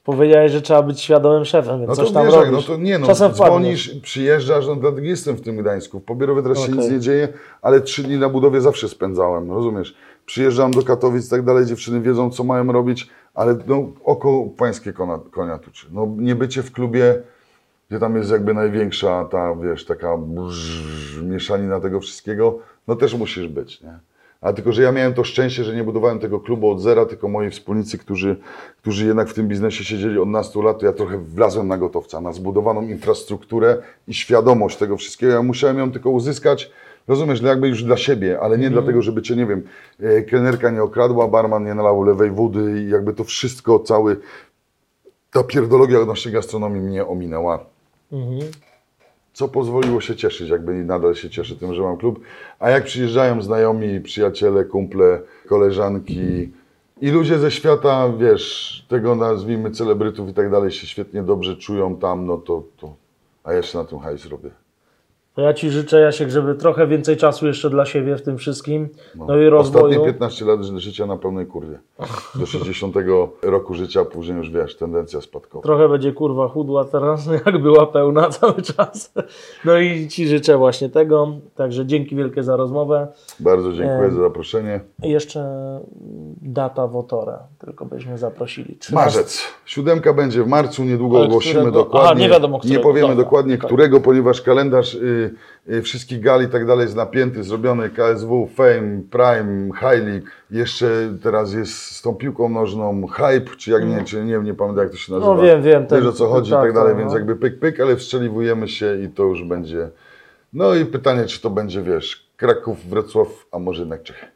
Powiedziałeś, że trzeba być świadomym szefem, więc No coś to tam wiesz, jak, robisz. no to nie no, Czasem dzwonisz, przyjeżdżasz, no dlatego jestem w tym Gdańsku. W Pobierowie teraz się Okej. nic nie dzieje, ale trzy dni na budowie zawsze spędzałem, rozumiesz? Przyjeżdżam do Katowic i tak dalej, dziewczyny wiedzą, co mają robić, ale no, oko pańskie konia, konia tuczy. No nie bycie w klubie, gdzie tam jest jakby największa ta, wiesz, taka brz, mieszanina tego wszystkiego, no też musisz być, nie? A tylko, że ja miałem to szczęście, że nie budowałem tego klubu od zera, tylko moi wspólnicy, którzy, którzy jednak w tym biznesie siedzieli od nastu lat, to ja trochę wlazłem na gotowca, na zbudowaną infrastrukturę i świadomość tego wszystkiego. Ja musiałem ją tylko uzyskać, rozumiesz, jakby już dla siebie, ale nie Mhm. dlatego, żeby cię, nie wiem, e, kelnerka nie okradła, barman nie nalał lewej wody i jakby to wszystko, cały, ta pierdologia odnośnie gastronomii mnie ominęła. Mhm. Co pozwoliło się cieszyć, jakby nadal się cieszę tym, że mam klub. A jak przyjeżdżają znajomi, przyjaciele, kumple, koleżanki i ludzie ze świata, wiesz, tego nazwijmy celebrytów i tak dalej, się świetnie dobrze czują tam, no to, to a ja się na tym hajs robię. To ja Ci życzę, Jasiek, żeby trochę więcej czasu jeszcze dla siebie w tym wszystkim. No, no i Ostatnie rozwoju. piętnaście lat życia na pełnej kurwie. Do sześćdziesiątego roku życia, później już wiesz, tendencja spadkowa. Trochę będzie kurwa chudła teraz, jak była pełna cały czas. No i Ci życzę właśnie tego. Także dzięki wielkie za rozmowę. Bardzo dziękuję Em, za zaproszenie. I jeszcze data Wotorę, tylko byśmy zaprosili. Marzec. Siódemka będzie w marcu, niedługo Ale ogłosimy którego? dokładnie. Aha, nie wiadomo, Nie którego. powiemy Dobra, dokładnie okej. którego, ponieważ kalendarz y, y, wszystkich gal i tak dalej jest napięty, zrobiony. K S W, Fame, Prime, High League. Jeszcze teraz jest z tą piłką nożną Hype, czy jak nie, czy nie, nie pamiętam jak to się nazywa. No wiem, wiem. ten- Wiesz o co chodzi tak, i tak dalej, tak, więc no. jakby pyk, pyk, ale wstrzeliwujemy się i to już będzie. No i pytanie, czy to będzie, wiesz, Kraków, Wrocław, a może jednak Czechy.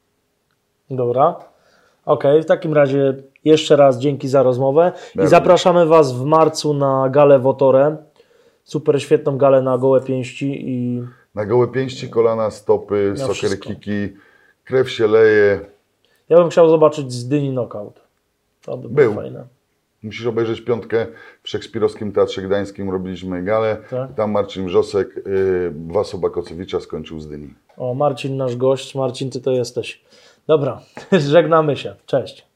Dobra. Okej, w takim razie jeszcze raz dzięki za rozmowę i Bardzo. zapraszamy Was w marcu na galę Wotorę. Super świetną galę na gołe pięści i Na gołe pięści, kolana, stopy, Na soccer wszystko. kiki, krew się leje. ja bym chciał zobaczyć z Dyni knockout. To by było Był. fajne. Musisz obejrzeć piątkę w Szekspirowskim Teatrze Gdańskim. Robiliśmy galę. Tak. Tam Marcin Wrzosek, yy, Wasoba Kocewicza skończył z Dyni. O, Marcin nasz gość. Marcin, Ty to jesteś. Dobra, żegnamy się. Cześć.